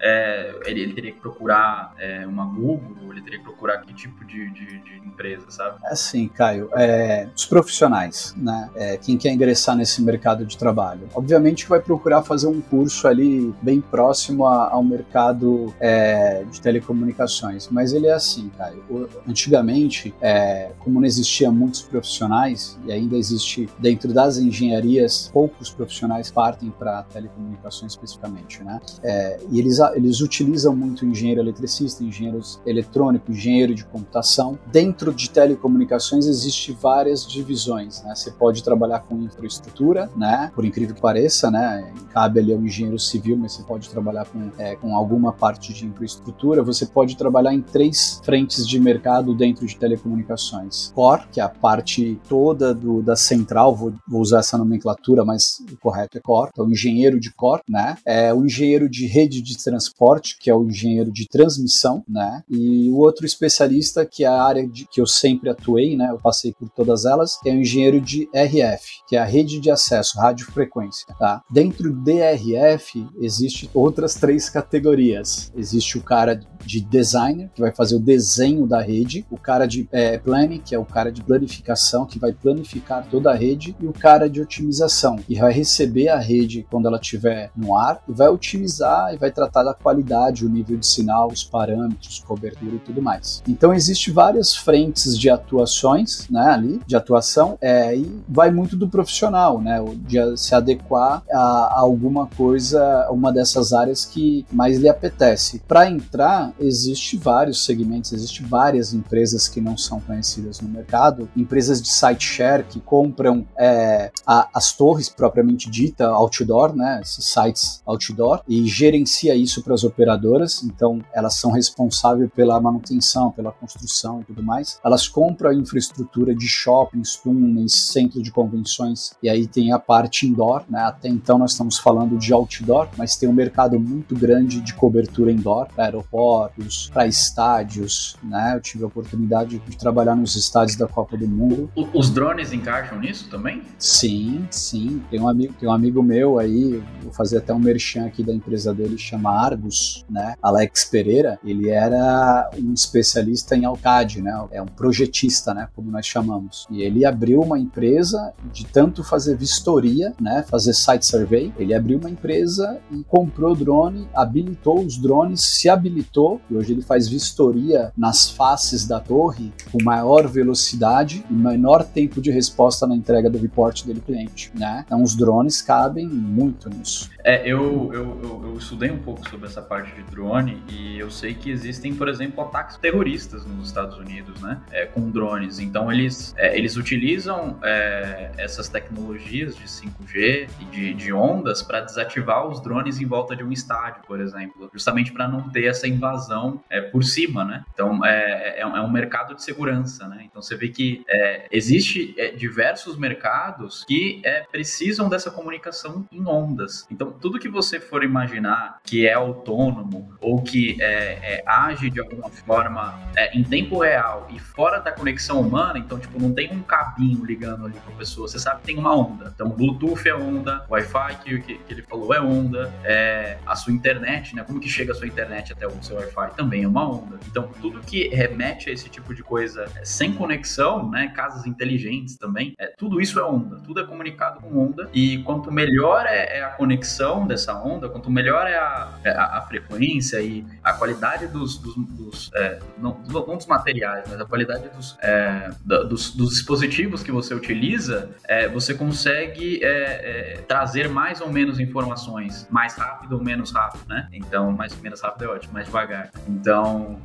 é, ele, ele teria que procurar é, uma Google, ele teria que procurar que tipo de, de, de empresa, sabe? Assim, Caio, é, os profissionais, né? É, quem quer ingressar nesse mercado de trabalho, obviamente vai procurar fazer um curso ali bem próximo a, ao mercado é, de telecomunicações, mas ele é assim, Caio. O, antigamente, é, como não existia muitos profissionais, e ainda existe dentro das engenharias, poucos profissionais partem para telecomunicações especificamente, né? É, e eles, eles utilizam muito engenheiro eletricista, engenheiros eletrônicos, engenheiro de computação. Dentro de telecomunicações existe várias divisões, né? Você pode trabalhar com infraestrutura, né? Por incrível que pareça, né? Cabe ali ao engenheiro civil, mas você pode trabalhar com, é, com alguma parte de infraestrutura. Você pode trabalhar em três frentes de mercado dentro de telecomunicações. Core, que é a parte toda do, da central, vou, vou usar essa nomenclatura, mas o correto é Core. Então, o engenheiro de Core, né? É o engenheiro de rede de transporte, que é o engenheiro de transmissão, né? E o outro especialista, que é a área de, que eu sempre atuei, né? Eu passei por todas elas, que é o engenheiro de R F, que é a rede de acesso, radiofrequência, tá? Dentro do D R F, existem outras três categorias. Existe o cara de designer, que vai fazer o desenho da rede, o cara de é, planning, que é o cara de planificação, que vai planificar toda a rede, e o cara de otimização, que vai receber a rede quando ela estiver no ar, e vai otimizar e vai tratar da qualidade, o nível de sinal, os parâmetros, cobertura e tudo mais. Então, existem várias frentes de atuações, né, ali, de atuação, é, e vai muito do profissional, né, de se adequar a, a alguma coisa, uma dessas áreas que mais lhe apetece. Para entrar, existe vários segmentos, existe várias empresas que não são conhecidas no mercado, empresas de site share que compram é, a, as torres propriamente dita, outdoor, né, esses sites outdoor, e gerencia isso para as operadoras. Então elas são responsáveis pela manutenção, pela construção e tudo mais. Elas compram a infraestrutura de shoppings, túneis, centro de convenções, e aí tem a parte indoor, né? Até então nós estamos falando de outdoor, mas tem um mercado muito grande de cobertura indoor, para aeroportos, para estádios, né? Eu tive a oportunidade de trabalhar nos estádios da Copa do Mundo. Os drones encaixam nisso também? Sim, sim. Tem um amigo, tem um amigo meu aí, vou fazer até um merchan aqui da empresa dele, chama Argus, né? Alex Pereira. Ele era um especialista em AutoCAD, né? É um projetista, né? Como nós chamamos. E ele abriu uma empresa de tanto fazer vistoria, né? Fazer site survey. Ele abriu uma empresa e comprou drone, habilitou os drones, se habilitou, e hoje ele faz vistoria nas faces da torre com maior velocidade e menor tempo de resposta na entrega do report dele cliente, né? Então os drones cabem muito nisso. É, eu, eu, eu, eu estudei um pouco sobre essa parte de drone e eu sei que existem, por exemplo, ataques terroristas nos Estados Unidos, né? É, com drones. Então eles, é, eles utilizam é, essas tecnologias de cinco G e de, de ondas para desativar os drones em volta de um estádio, por exemplo, justamente para não ter essa invasão é, por cima, né? Então é, é, é um mercado de segurança, né? Então você vê que é, existe é, diversos mercados que é, precisam dessa comunicação em ondas. Então tudo que você for imaginar que é autônomo ou que é, é, age de alguma forma é, em tempo real e fora da conexão humana, então tipo não tem um cabinho ligando ali com a pessoa, você sabe que tem uma onda. Então Bluetooth é onda, Wi-Fi que, que, que ele falou é onda, é, a sua internet, né? Como que chega a sua internet até o seu Wi-Fi também é uma onda. Então tudo que remete a esse tipo de coisa é, sem conexão, né? Casas inteligentes também, é, tudo isso é onda, tudo é comunicado com onda, e quanto melhor é, é a conexão dessa onda, quanto melhor é a, a, a frequência e a qualidade dos, dos, dos é, não, não dos materiais, mas a qualidade dos, é, dos, dos dispositivos que você utiliza, é, você consegue é, é, trazer mais ou menos informações, mais rápido ou menos rápido, né? Então, mais ou menos rápido é ótimo, mais devagar. Então,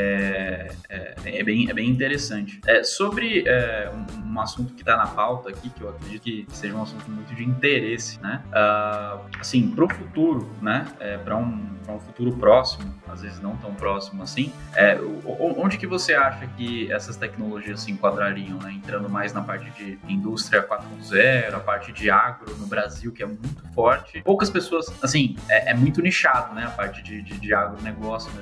é, é, é, bem, é bem interessante. É, sobre é, um, um assunto que está na pauta aqui, que eu acredito que seja um assunto muito de interesse, né? Uh, assim, para o futuro, né? É, para um, para um futuro próximo, às vezes não tão próximo assim, é, onde que você acha que essas tecnologias se enquadrariam, né? Entrando mais na parte de indústria quatro ponto zero, a parte de agro no Brasil, que é muito forte. Poucas pessoas, assim, é, é muito nichado, né? A parte de, de, de agronegócio, mas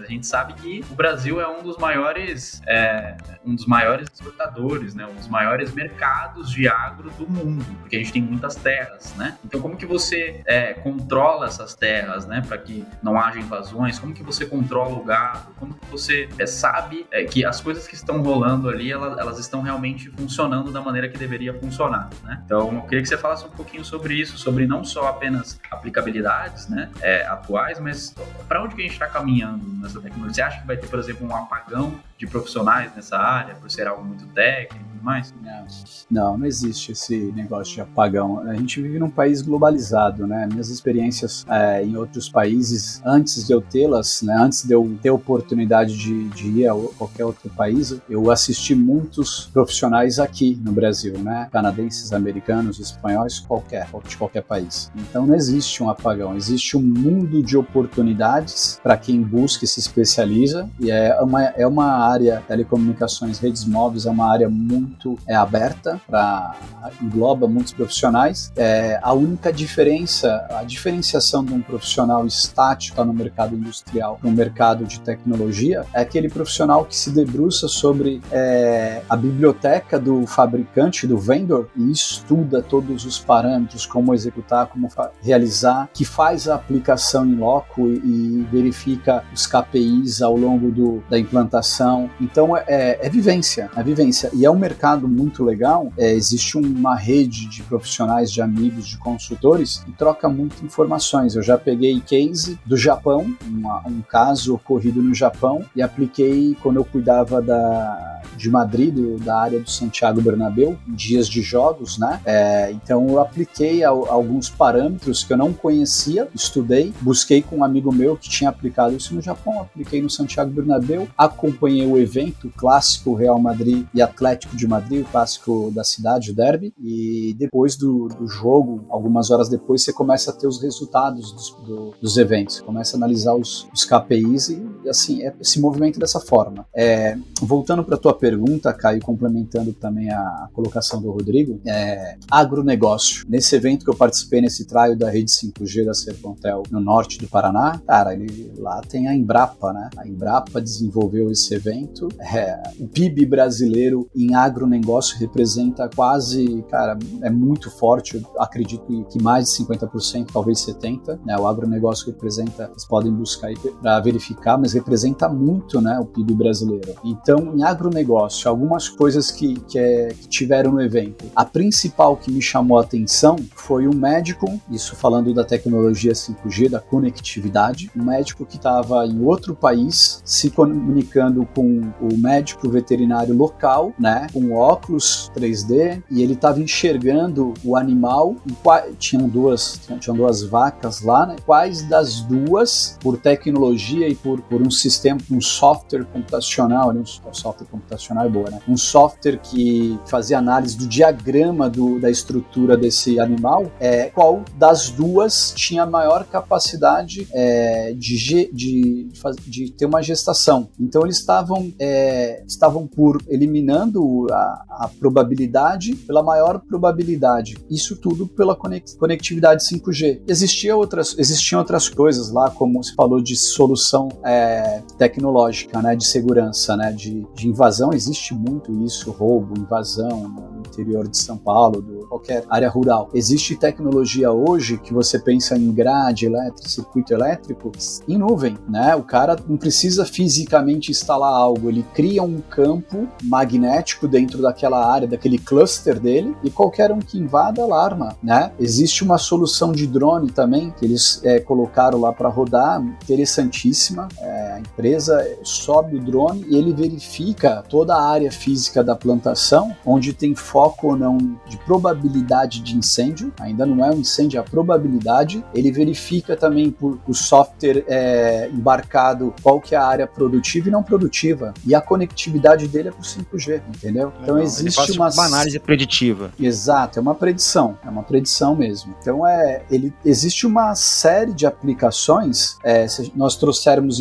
a gente sabe que o Brasil é um dos maiores, é, um dos maiores exportadores, né? Um dos maiores mercados de agro do mundo, porque a gente tem muitas terras, né? Então, como que você é, controla essas terras, né? Para que não haja invasões? Como que você controla o gado? Como que você é, sabe é, que as coisas que estão rolando ali, elas, elas estão realmente funcionando da maneira que deveria funcionar, né? Então, eu queria que você falasse um pouquinho sobre isso, sobre não só apenas aplicabilidades, né, é, atuais, mas para onde que a gente está caminhando nessa tecnologia? Você acha que vai ter, por exemplo, um apagão de profissionais nessa área, por ser algo muito técnico e tudo mais? Não, não, não existe esse negócio de apagão. A gente vive num país globalizado, né? Minhas experiências é, em outros países, antes de eu tê-las, né, antes de eu ter a oportunidade de, de ir a qualquer outro país, eu assisti muitos profissionais aqui no Brasil, né? Canadenses, americanos, espanhóis, qualquer, de qualquer país. Então não existe um apagão, existe um mundo de oportunidades para quem busca e se especializa, e é uma, é uma área, telecomunicações, redes móveis, é uma área muito é, aberta, pra, engloba muitos profissionais. É, a única diferença, a diferenciação de um profissional estático no mercado industrial para um mercado de tecnologia é aquele profissional que se debruça sobre é, a biblioteca do fabricante, do vendor, e estuda todos os parâmetros, como executar, como realizar, que faz a aplicação em loco e, e verifica os K P Is ao longo do, da implantação. Então é, é vivência, é vivência. E é um mercado muito legal, é, existe uma rede de profissionais, de amigos, de consultores que troca muitas informações. Eu já peguei case do Japão, uma, um caso ocorrido no Japão, e apliquei quando eu cuidava da, de Madrid, do, da área do Santiago Bernabéu, em dias de jogos, né? É, então eu apliquei a, a alguns parâmetros que eu não conhecia, estudei, busquei com um amigo meu que tinha aplicado isso no Japão, apliquei no Santiago Bernabéu, acompanhei o evento clássico Real Madrid e Atlético de Madrid, o clássico da cidade, o derby, e depois do, do jogo, algumas horas depois, você começa a ter os resultados dos, do, dos eventos, começa a analisar os, os K P Is e, assim, é, se movimenta dessa forma. É, voltando para a tua pergunta, Caio, complementando também a, a colocação do Rodrigo, é, agronegócio. Nesse evento que eu participei, nesse trial da rede cinco G da Sercontel no norte do Paraná, cara, ele, lá tem a Embrapa, né? A Embrapa desenvolveu esse evento. É, o P I B brasileiro em agronegócio representa quase, cara, é muito forte, eu acredito que mais de cinquenta por cento, talvez setenta por cento, né? O agronegócio representa, vocês podem buscar aí para verificar, mas representa muito, né, o P I B brasileiro. Então, em agronegócio, algumas coisas que, que, é, que tiveram no evento. A principal que me chamou a atenção foi um médico, isso falando da tecnologia cinco G, da conectividade, um médico que estava em outro país se comunicando com o médico veterinário local, né, com óculos três D, e ele estava enxergando o animal, e qua... tinham, duas, tinham duas vacas lá, né, quais das duas, por tecnologia e por, por um sistema, um software computacional, um software computacional é boa, né, um software que fazia análise do diagrama do, da estrutura desse animal, é, qual das duas tinha maior capacidade é, de, de, de, de ter uma gestação. Então eles estavam, é, estavam por eliminando a, a probabilidade pela maior probabilidade. Isso tudo pela conectividade cinco G. Existia outras, existiam outras coisas lá, como se falou de solução é, tecnológica, né, de segurança, né, de, de invasão. Existe muito isso, roubo, invasão no interior de São Paulo, do, qualquer área rural. Existe tecnologia hoje que você pensa em grade elétrica, circuito elétrico, em nuvem, né? O cara não precisa fisicamente instalar algo, ele cria um campo magnético dentro daquela área, daquele cluster dele, e qualquer um que invada alarma, né? Existe uma solução de drone também, que eles é, colocaram lá para rodar, interessantíssima. É, a empresa sobe o drone e ele verifica toda a área física da plantação, onde tem foco ou não de probabilidade de incêndio, ainda não é um incêndio, é a probabilidade. Ele verifica também por o software é, embarcado qual que é a área produtiva e não produtiva, e a conectividade dele é por cinco G, entendeu? Legal. Então existe uma... uma análise preditiva. Exato, é uma predição, é uma predição mesmo. Então é, ele, existe uma série de aplicações, é, se nós trouxermos isso para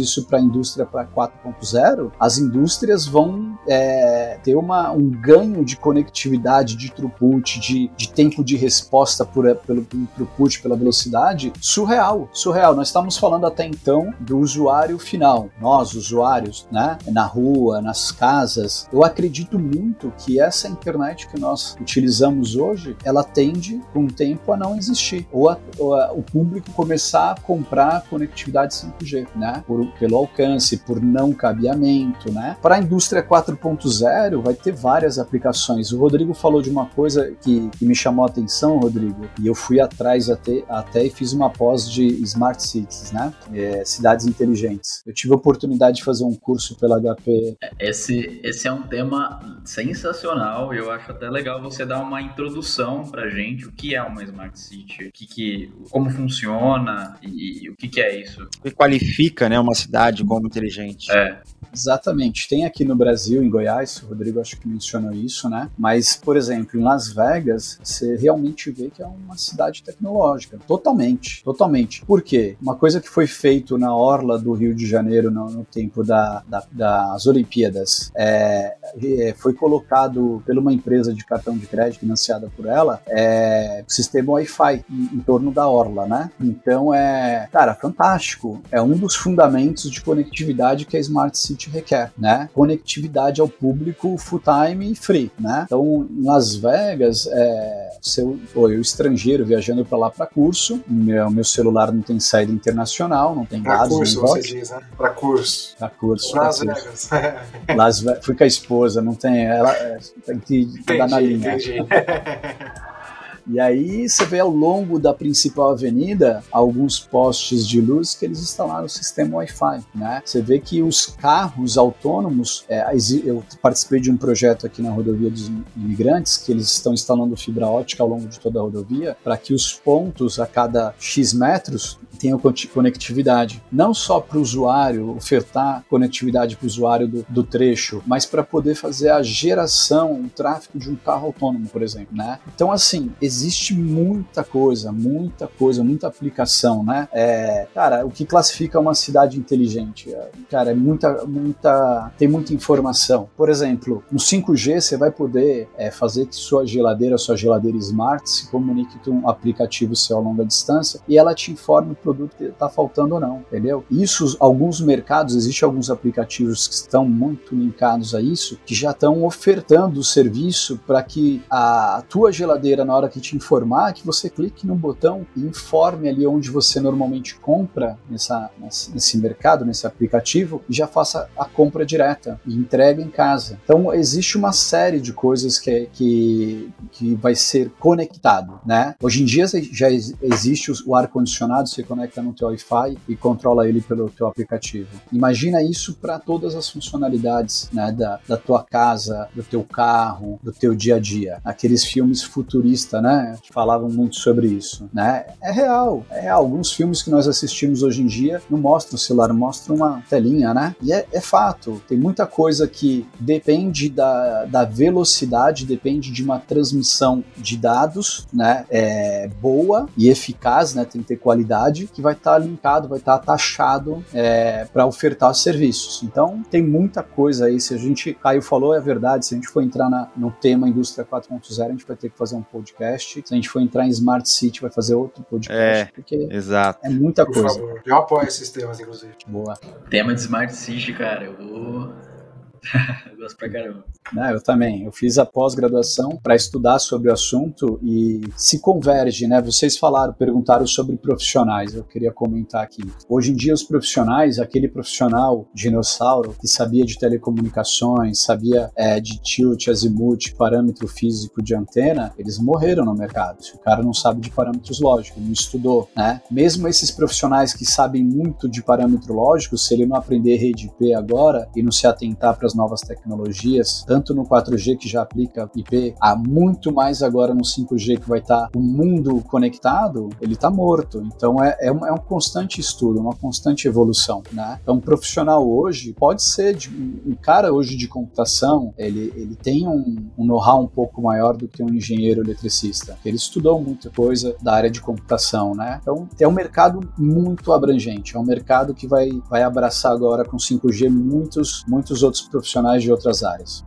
indústria para quatro ponto zero, as indústrias vão é, ter uma, um ganho de conectividade, de throughput, de, de tempo de resposta por, pelo, pelo throughput, pela velocidade, surreal, surreal. Nós estamos falando até então do usuário final, nós, usuários, né, na rua, nas casas. Eu acredito muito que essa internet que nós utilizamos hoje, ela tende, com o tempo, a não existir, ou, a, ou a, o público começar a comprar conectividade cinco G, né, por, pelo alcance, por não cabeamento, né. Para a indústria quatro ponto zero, vai ter várias aplicações. O Rodrigo falou de uma coisa que, que me chamou a atenção, Rodrigo, e eu fui atrás até, até e fiz uma pós de Smart Cities, né, é, cidades inteligentes. Eu tive a oportunidade de fazer um curso pela H P. Esse, esse é um tema sensacional, e eu acho até legal você dar uma introdução pra gente, o que é uma Smart City, o que que, como funciona e, e o que que é isso. O que qualifica, né, uma cidade como inteligente. É. Exatamente. Tem aqui no Brasil, em Goiás, o Rodrigo acho que mencionou isso, né? Mas, por exemplo, em Las Vegas, você realmente vê que é uma cidade tecnológica. Totalmente. Totalmente. Por quê? Uma coisa que foi feito na orla do Rio de Janeiro no, no tempo da, da, das Olimpíadas, é, é, foi colocado por uma empresa de cartão de crédito financiada por ela, é, sistema Wi-Fi em, em torno da orla, né? Então, é, cara, fantástico. É um dos fundamentos de conectividade que a Smart City requer, né? Conectividade ao público full time e free, né? Então, em Las Vegas, é, seu, pô, eu estrangeiro viajando para lá para curso, meu, meu celular não tem saída internacional, não tem pra dados, curso, nem você diz, né? Para curso. Para curso. Las pra Vegas. curso. Las Vegas. Fui com a esposa, não tem, ela é, tem que entendi, dar na linha. Entendi. E aí você vê ao longo da principal avenida alguns postes de luz que eles instalaram o sistema Wi-Fi, né? Você vê que os carros autônomos, é, eu participei de um projeto aqui na rodovia dos imigrantes que eles estão instalando fibra ótica ao longo de toda a rodovia para que os pontos a cada X metros tenham conectividade, não só para o usuário, ofertar conectividade para o usuário do, do trecho, mas para poder fazer a geração, o tráfego de um carro autônomo, por exemplo, né? Então, assim, existe muita coisa, muita coisa, muita aplicação, né? É, cara, o que classifica uma cidade inteligente? É, cara, é muita, muita, tem muita informação. Por exemplo, no cinco G você vai poder é, fazer que sua geladeira, sua geladeira smart se comunique com um aplicativo seu a longa distância e ela te informe o produto que está faltando ou não, entendeu? Isso, alguns mercados, existem alguns aplicativos que estão muito linkados a isso, que já estão ofertando o serviço para que a tua geladeira, na hora que te informar, que você clique no botão e informe ali onde você normalmente compra nessa, nesse mercado, nesse aplicativo, e já faça a compra direta e entrega em casa. Então, existe uma série de coisas que, que, que vai ser conectado, né? Hoje em dia já existe o ar-condicionado, você conecta no teu Wi-Fi e controla ele pelo teu aplicativo. Imagina isso para todas as funcionalidades, né, da, da tua casa, do teu carro, do teu dia a dia. Aqueles filmes futuristas, né, que falavam muito sobre isso, né? É real, é real. Alguns filmes que nós assistimos hoje em dia não mostram o celular, mostram uma telinha, né? E é, é fato, tem muita coisa que depende da, da velocidade, depende de uma transmissão de dados, né, é, boa e eficaz, né, tem que ter qualidade, que vai estar tá linkado, vai estar tá taxado é, para ofertar serviços. Então, tem muita coisa aí. Se a gente, Caio falou, é verdade, se a gente for entrar na, no tema Indústria quatro ponto zero, a gente vai ter que fazer um podcast. Se a gente for entrar em Smart City, vai fazer outro podcast, é, porque exato. é muita Por coisa. favor. Eu apoio esses temas, inclusive. Boa. Tema de Smart City, cara, eu vou... eu gosto pra caramba. Não, eu também. Eu fiz a pós-graduação para estudar sobre o assunto e se converge, né? Vocês falaram, perguntaram sobre profissionais. Eu queria comentar aqui. Hoje em dia, os profissionais, aquele profissional dinossauro que sabia de telecomunicações, sabia é, de tilt, azimuth, parâmetro físico de antena, eles morreram no mercado. Se o cara não sabe de parâmetros lógicos, não estudou, né? Mesmo esses profissionais que sabem muito de parâmetro lógico, se ele não aprender rede I P agora e não se atentar para as das novas tecnologias, tanto no quatro G que já aplica I P, há muito mais agora no cinco G que vai estar o mundo conectado, ele está morto. Então é, é, um, é um constante estudo, uma constante evolução, né? Então um profissional hoje pode ser, de, um cara hoje de computação, ele, ele tem um, um know-how um pouco maior do que um engenheiro eletricista. Ele estudou muita coisa da área de computação, né? Então é um mercado muito abrangente, é um mercado que vai, vai abraçar agora com cinco G muitos, muitos outros profissionais de outras áreas.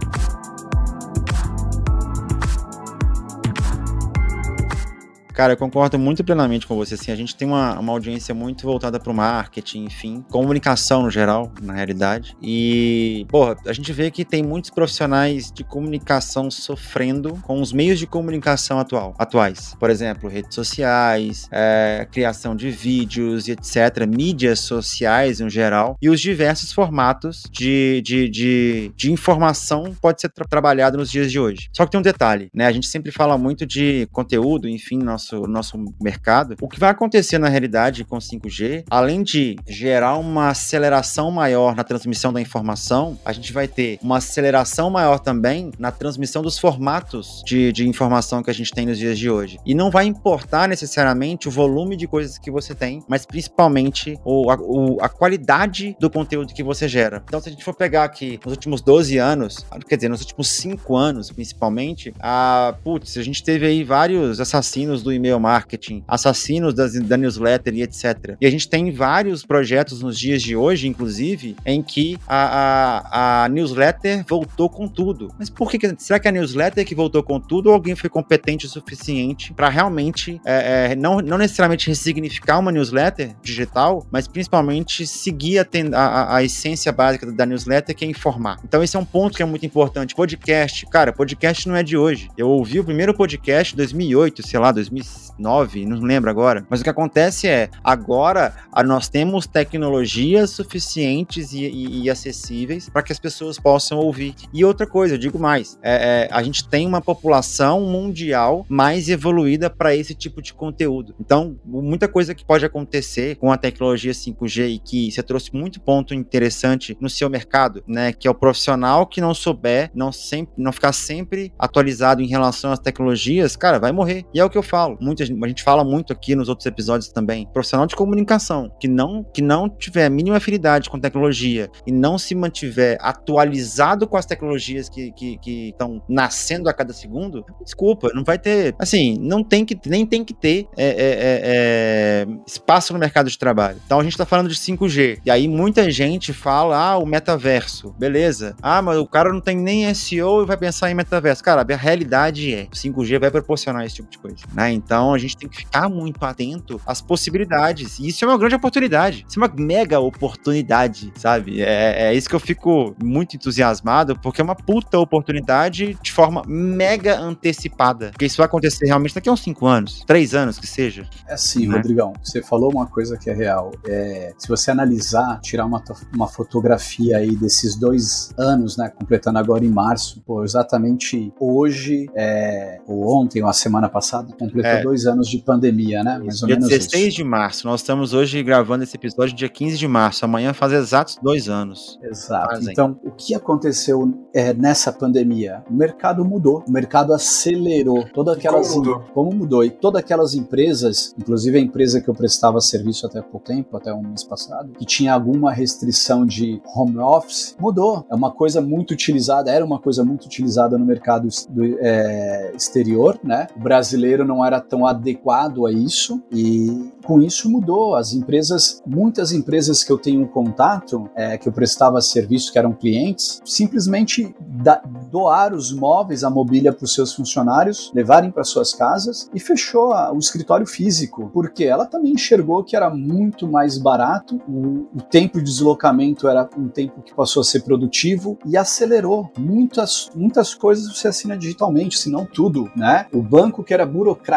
Cara, eu concordo muito plenamente com você, assim, a gente tem uma, uma audiência muito voltada para o marketing, enfim, comunicação no geral, na realidade, e, porra, a gente vê que tem muitos profissionais de comunicação sofrendo com os meios de comunicação atual, atuais, por exemplo, redes sociais, é, criação de vídeos e etcétera, mídias sociais no geral, e os diversos formatos de, de, de, de informação pode ser tra- trabalhado nos dias de hoje. Só que tem um detalhe, né, a gente sempre fala muito de conteúdo, enfim, nosso Nosso, nosso mercado. O que vai acontecer na realidade com cinco G, além de gerar uma aceleração maior na transmissão da informação, a gente vai ter uma aceleração maior também na transmissão dos formatos de, de informação que a gente tem nos dias de hoje. E não vai importar necessariamente o volume de coisas que você tem, mas principalmente o, a, o, a qualidade do conteúdo que você gera. Então, se a gente for pegar aqui nos últimos doze anos, quer dizer, nos últimos cinco anos principalmente, a, putz, a gente teve aí vários assassinos do e-mail marketing, assassinos das, da newsletter e etcétera. E a gente tem vários projetos nos dias de hoje, inclusive, em que a, a, a newsletter voltou com tudo. Mas por que? Será que a newsletter que voltou com tudo ou alguém foi competente o suficiente para realmente, é, é, não, não necessariamente ressignificar uma newsletter digital, mas principalmente seguir a, ten, a, a essência básica da newsletter, que é informar. Então esse é um ponto que é muito importante. Podcast, cara, podcast não é de hoje. Eu ouvi o primeiro podcast em dois mil e oito, sei lá, dois mil e nove, não lembro agora, mas o que acontece é, agora nós temos tecnologias suficientes e, e, e acessíveis para que as pessoas possam ouvir. E outra coisa, eu digo mais, é, é, a gente tem uma população mundial mais evoluída para esse tipo de conteúdo. Então, muita coisa que pode acontecer com a tecnologia cinco G e que você trouxe muito ponto interessante no seu mercado, né, que é o profissional que não souber, não, sempre, não ficar sempre atualizado em relação às tecnologias, cara, vai morrer. E é o que eu falo. Muita, a gente fala muito aqui nos outros episódios também. Profissional de comunicação que não, que não tiver a mínima afinidade com tecnologia e não se mantiver atualizado com as tecnologias que que estão nascendo a cada segundo, desculpa, não vai ter, assim, não tem que, nem tem que ter é, é, é, espaço no mercado de trabalho. Então a gente tá falando de cinco G. E aí muita gente fala, ah, o metaverso. Beleza. Ah, mas o cara não tem nem S E O e vai pensar em metaverso. Cara, a realidade é, o cinco G vai proporcionar esse tipo de coisa, né? Então a gente tem que ficar muito atento às possibilidades. E isso é uma grande oportunidade. Isso é uma mega oportunidade, sabe? É, é isso que eu fico muito entusiasmado, porque é uma puta oportunidade de forma mega antecipada. Porque isso vai acontecer realmente daqui a uns cinco anos, três anos que seja. É assim, né? Rodrigão, você falou uma coisa que é real. É, se você analisar, tirar uma, uma fotografia aí desses dois anos, né, completando agora em março, pô, exatamente hoje, é, ou ontem, ou a semana passada, completou é. dois anos de pandemia, né? Mais ou dia menos dezesseis isso. de março. Nós estamos hoje gravando esse episódio dia quinze de março. Amanhã faz exatos dois anos. Exato. Fazem. Então, o que aconteceu é, nessa pandemia? O mercado mudou. O mercado acelerou. Todas aquelas como mudou? Como mudou? E todas aquelas empresas, inclusive a empresa que eu prestava serviço até há pouco tempo, até um mês passado, que tinha alguma restrição de home office, mudou. É uma coisa muito utilizada, era uma coisa muito utilizada no mercado do, é, exterior, né? O brasileiro não era tão adequado a isso e com isso mudou. As empresas, muitas empresas que eu tenho contato, é, que eu prestava serviço, que eram clientes, simplesmente da, doaram os móveis, a mobília para os seus funcionários, levarem para suas casas e fechou a, o escritório físico, porque ela também enxergou que era muito mais barato, o, o tempo de deslocamento era um tempo que passou a ser produtivo e acelerou. Muitas, muitas coisas você assina digitalmente, se não tudo, né? O banco que era burocrático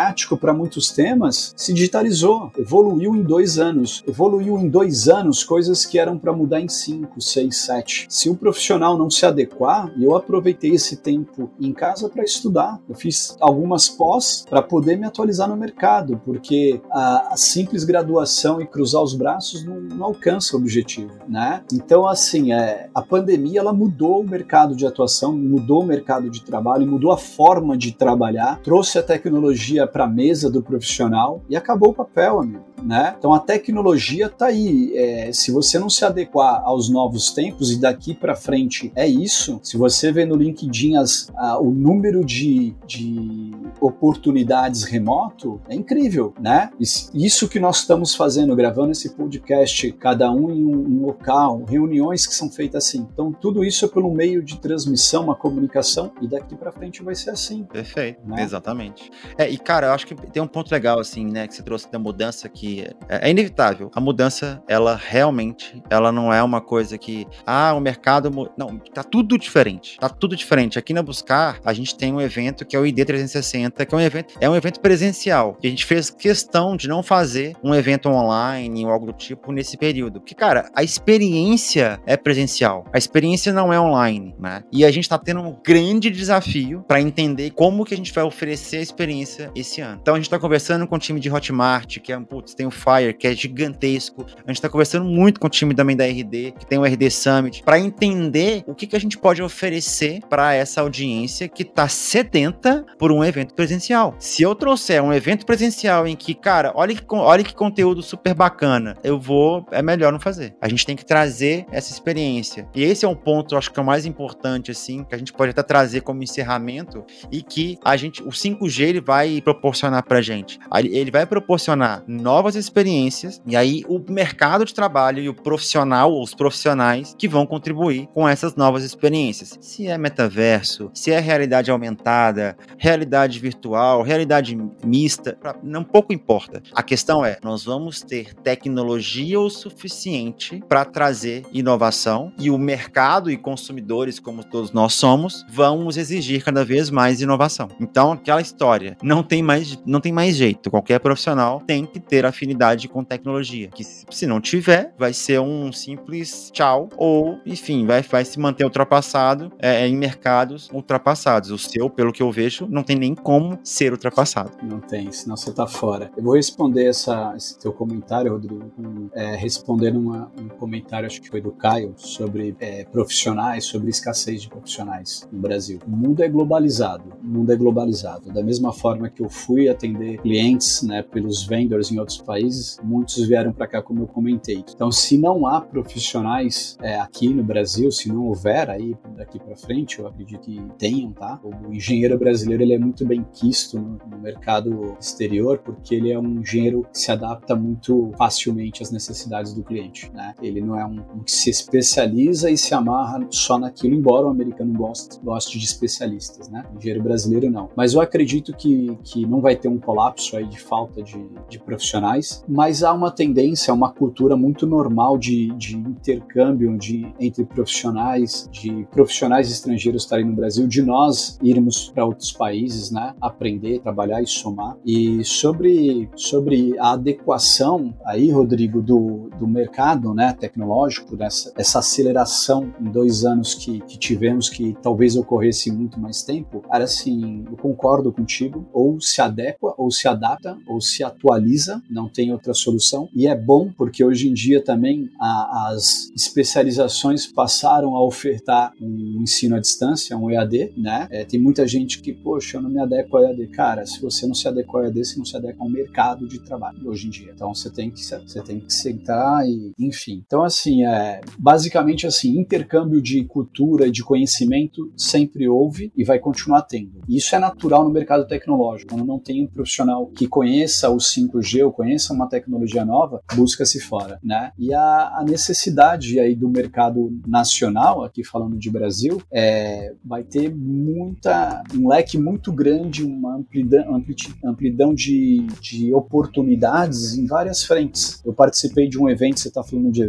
burocrático para muitos temas, se digitalizou, evoluiu em dois anos. Evoluiu em dois anos coisas que eram para mudar em cinco, seis, sete. Se o profissional não se adequar, e eu aproveitei esse tempo em casa para estudar. Eu fiz algumas pós para poder me atualizar no mercado, porque a, a simples graduação e cruzar os braços não, não alcança o objetivo, né? Então, assim, é, a pandemia ela mudou o mercado de atuação, mudou o mercado de trabalho, mudou a forma de trabalhar, trouxe a tecnologia para a mesa do profissional e acabou o papel, amigo, né? Então, a tecnologia está aí. É, se você não se adequar aos novos tempos, e daqui para frente é isso, se você vê no LinkedIn as, a, o número de, de oportunidades remoto, é incrível, né? Isso que nós estamos fazendo, gravando esse podcast, cada um em um, um local, reuniões que são feitas assim. Então, tudo isso é pelo meio de transmissão, uma comunicação, e daqui para frente vai ser assim. Perfeito, né? Exatamente. É, e, cara, eu acho que tem um ponto legal, assim, né, que você trouxe da mudança, que é, é inevitável. A mudança, ela realmente, ela não é uma coisa que, ah, o mercado... Não, tá tudo diferente. Tá tudo diferente. Aqui na Buscar, a gente tem um evento que é o I D trezentos e sessenta, que é um evento, é um evento presencial. E a gente fez questão de não fazer um evento online ou algo do tipo nesse período. Porque, cara, a experiência é presencial. A experiência não é online, né? E a gente tá tendo um grande desafio para entender como que a gente vai oferecer a experiência esse ano. Então, a gente tá conversando com o time de Hotmart, que é, putz, tem o Fire, que é gigantesco. A gente tá conversando muito com o time também da R D, que tem o R D Summit, para entender o que que a gente pode oferecer para essa audiência que tá sedenta por um evento presencial. Se eu trouxer um evento presencial em que, cara, olha que, olha que conteúdo super bacana, eu vou, é melhor não fazer. A gente tem que trazer essa experiência. E esse é um ponto, eu acho que é o mais importante, assim, que a gente pode até trazer como encerramento, e que a gente, o cinco G, ele vai proporcionar pra gente. Ele vai proporcionar novas experiências, e aí o mercado de trabalho e o profissional, ou os profissionais, que vão contribuir com essas novas experiências. Se é metaverso, se é realidade aumentada, realidade virtual, realidade mista, não pouco importa. A questão é, nós vamos ter tecnologia o suficiente para trazer inovação, e o mercado e consumidores, como todos nós somos, vamos exigir cada vez mais inovação. Então, aquela história, não tem mais, não tem mais jeito. Qualquer profissional tem que ter afinidade com tecnologia, que se não tiver, vai ser um simples tchau, ou, enfim, vai, vai se manter ultrapassado é, em mercados ultrapassados. O seu, pelo que eu vejo, não tem nem como ser ultrapassado. Não tem, senão você tá fora. Eu vou responder essa, esse teu comentário, Rodrigo, com, é, respondendo uma, um comentário, acho que foi do Caio, sobre é, profissionais, sobre escassez de profissionais no Brasil. O mundo é globalizado, o mundo é globalizado. Da mesma forma que eu fui atender clientes, né, pelos vendors em outros países, muitos vieram para cá, como eu comentei. Então, se não há profissionais é, aqui no Brasil, se não houver aí daqui para frente, eu acredito que tenham, tá? O engenheiro brasileiro, ele é muito bem quisto no, no mercado exterior, porque ele é um engenheiro que se adapta muito facilmente às necessidades do cliente, né? Ele não é um, um que se especializa e se amarra só naquilo, embora o americano goste, goste de especialistas, né? O engenheiro brasileiro não. Mas eu acredito que, que não vai ter um colapso aí de falta de, de profissionais, mas há uma tendência, uma cultura muito normal de, de intercâmbio de, entre profissionais, de profissionais estrangeiros estarem no Brasil, de nós irmos para outros países, né? Aprender, trabalhar e somar. E sobre, sobre a adequação aí, Rodrigo, do, do mercado, né, tecnológico, dessa, essa aceleração em dois anos que, que tivemos, que talvez ocorresse em muito mais tempo, era assim, eu concordo contigo, ou se adequa, ou se adapta, ou se atualiza, não tem outra solução. E é bom, porque hoje em dia também a, as especializações passaram a ofertar um ensino à distância, um E A D, né? É, tem muita gente que, poxa, eu não me adequo ao E A D. Cara, se você não se adequa ao E A D, você não se adequa ao mercado de trabalho hoje em dia. Então, você tem que, você tem que sentar e, enfim. Então, assim, é, basicamente, assim, intercâmbio de cultura e de conhecimento sempre houve e vai continuar tendo. E isso é natural no mercado tecnológico. Quando não tem um profissional que conheça o cinco G ou conheça uma tecnologia nova, busca-se fora, né? E a, a necessidade aí do mercado nacional, aqui falando de Brasil, é, vai ter muita, um leque muito grande, uma amplidão, amplidão de, de oportunidades em várias frentes. Eu participei de um evento, você está falando de evento,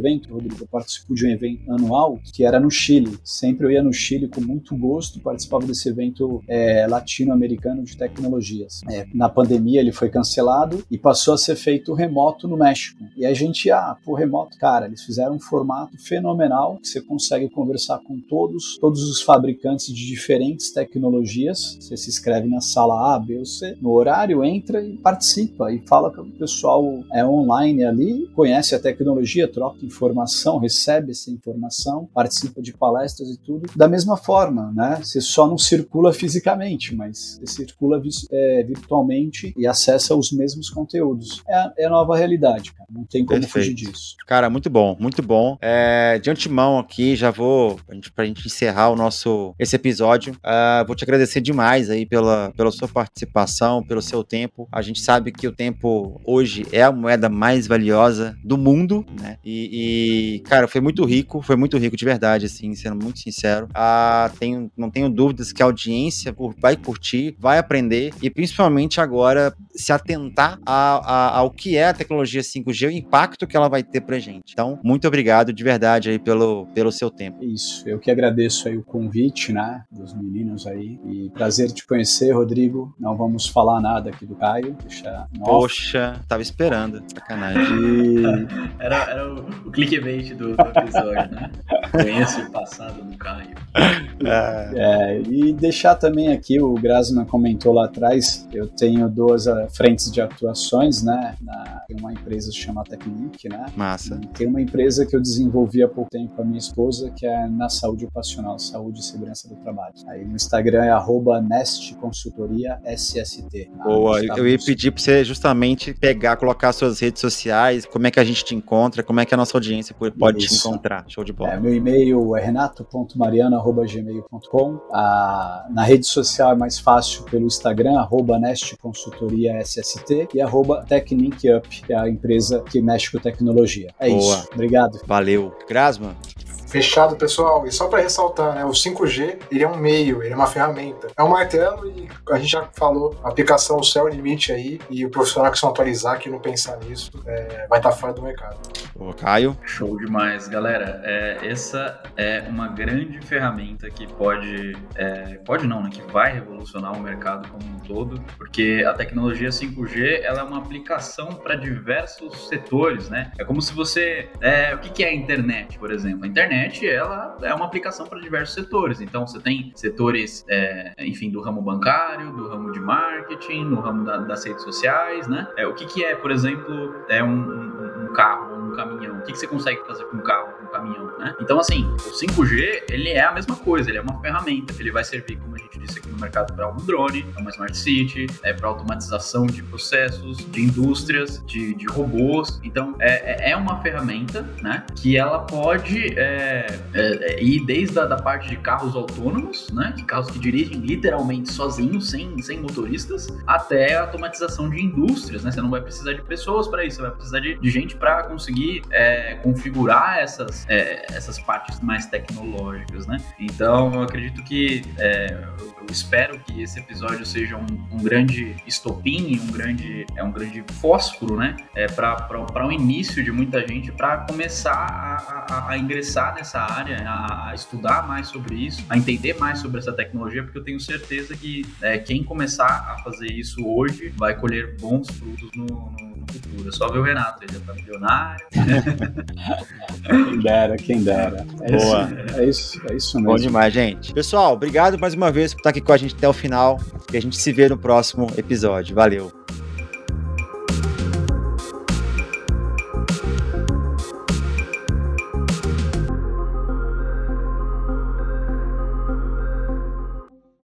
evento, Rodrigo, eu participo de um evento anual que era no Chile. Sempre eu ia no Chile com muito gosto, participava desse evento é, latino-americano de tecnologias. É, na pandemia ele foi cancelado e passou a ser feito remoto no México. E a gente, ah, pô, remoto, cara, eles fizeram um formato fenomenal que você consegue conversar com todos, todos os fabricantes de diferentes tecnologias. Você se inscreve na sala A, B ou C, no horário, entra e participa e fala com o pessoal é, online ali, conhece a tecnologia, troca informação, recebe essa informação, participa de palestras e tudo. Da mesma forma, né? Você só não circula fisicamente, mas você circula é, virtualmente e acessa os mesmos conteúdos. É a, é a nova realidade, cara. Não tem como Perfeito. fugir disso. Cara, muito bom, muito bom. É, de antemão aqui, já vou, pra gente, pra gente encerrar o nosso, esse episódio, uh, vou te agradecer demais aí pela, pela sua participação, pelo seu tempo. A gente sabe que o tempo hoje é a moeda mais valiosa do mundo, né? E, e cara, foi muito rico, foi muito rico de verdade, assim, sendo muito sincero. Uh, tenho, não tenho dúvidas que a audiência vai curtir, vai aprender e principalmente agora se atentar a, a, ao que é a tecnologia cinco G, o impacto que ela vai ter pra gente. Então, muito obrigado de verdade aí pelo, pelo seu tempo. Isso, eu que agradeço aí o convite, né, dos meninos aí, e prazer te conhecer, Rodrigo. Não vamos falar nada aqui do Caio, deixa Poxa, tava esperando, sacanagem. E... era, era o, o clickbait do, do episódio, né? Conheço o passado do Caio. É, e deixar também aqui, o Grasman comentou lá atrás, eu tenho duas uh, frentes de atuações, né, na, tem uma empresa que se chama Technic, né? Massa. E tem uma empresa que eu desenvolvi há pouco tempo com a minha esposa, que é na saúde ocupacional, saúde e segurança do trabalho. Aí no Instagram é arroba Nest Consultoria S S T. Boa, tá, eu ia pedir pra você justamente pegar, colocar suas redes sociais, como é que a gente te encontra, como é que a nossa audiência pode Isso. te encontrar. Show de bola. É, meu e-mail é renato ponto mariano arroba gmail ponto com. Ah, na rede social é mais fácil pelo Instagram, arroba Nest Consultoria S S T e arroba Technic Up, que é a empresa que mexe com tecnologia. É Boa. Isso. Obrigado. Valeu. Grasman? Fechado, pessoal. E só para ressaltar, né, o cinco G, ele é um meio, ele é uma ferramenta. É um martelo e a gente já falou, a aplicação, o céu é o limite aí, e o profissional que se não atualizar, que não pensar nisso, é, vai estar fora do mercado. Ô, Caio? Show demais, galera. É, essa é uma grande ferramenta que pode, é, pode não, né, que vai revolucionar o mercado como um todo, porque a tecnologia cinco G, ela é uma aplicação para diversos setores, né? É como se você... É, o que, que é a internet, por exemplo? A internet ela é uma aplicação para diversos setores. Então, você tem setores, é, enfim, do ramo bancário, do ramo de marketing, no ramo da, das redes sociais, né? É, o que, que é, por exemplo, é um, um, um carro, um caminhão? O que, que você consegue fazer com um carro, com um caminhão, né? Então, assim, o cinco G, ele é a mesma coisa, ele é uma ferramenta. Ele vai servir, como a gente disse aqui no mercado, para um drone, para uma smart city, é, para automatização de processos, de indústrias, de, de robôs. Então, é, é uma ferramenta, né? Que ela pode... É, É, é, e desde a da parte de carros autônomos, né, que carros que dirigem literalmente sozinhos, sem, sem motoristas, até a automatização de indústrias, né? Você não vai precisar de pessoas para isso, você vai precisar de, de gente para conseguir é, configurar essas, é, essas partes mais tecnológicas, né? Então, eu acredito que é, eu, eu espero que esse episódio seja um, um grande estopim, um grande, é um grande fósforo, né, é, para o início de muita gente, para começar a, a, a ingressar nessa área, a, a estudar mais sobre isso, a entender mais sobre essa tecnologia, porque eu tenho certeza que é, quem começar a fazer isso hoje vai colher bons frutos no, no, no futuro. É só ver o Renato, ele já tá milionário. Quem dera, quem dera. É Boa. Isso, é isso, é isso mesmo. Bom demais, gente. Pessoal, obrigado mais uma vez por estar aqui com a gente até o final e a gente se vê no próximo episódio. Valeu.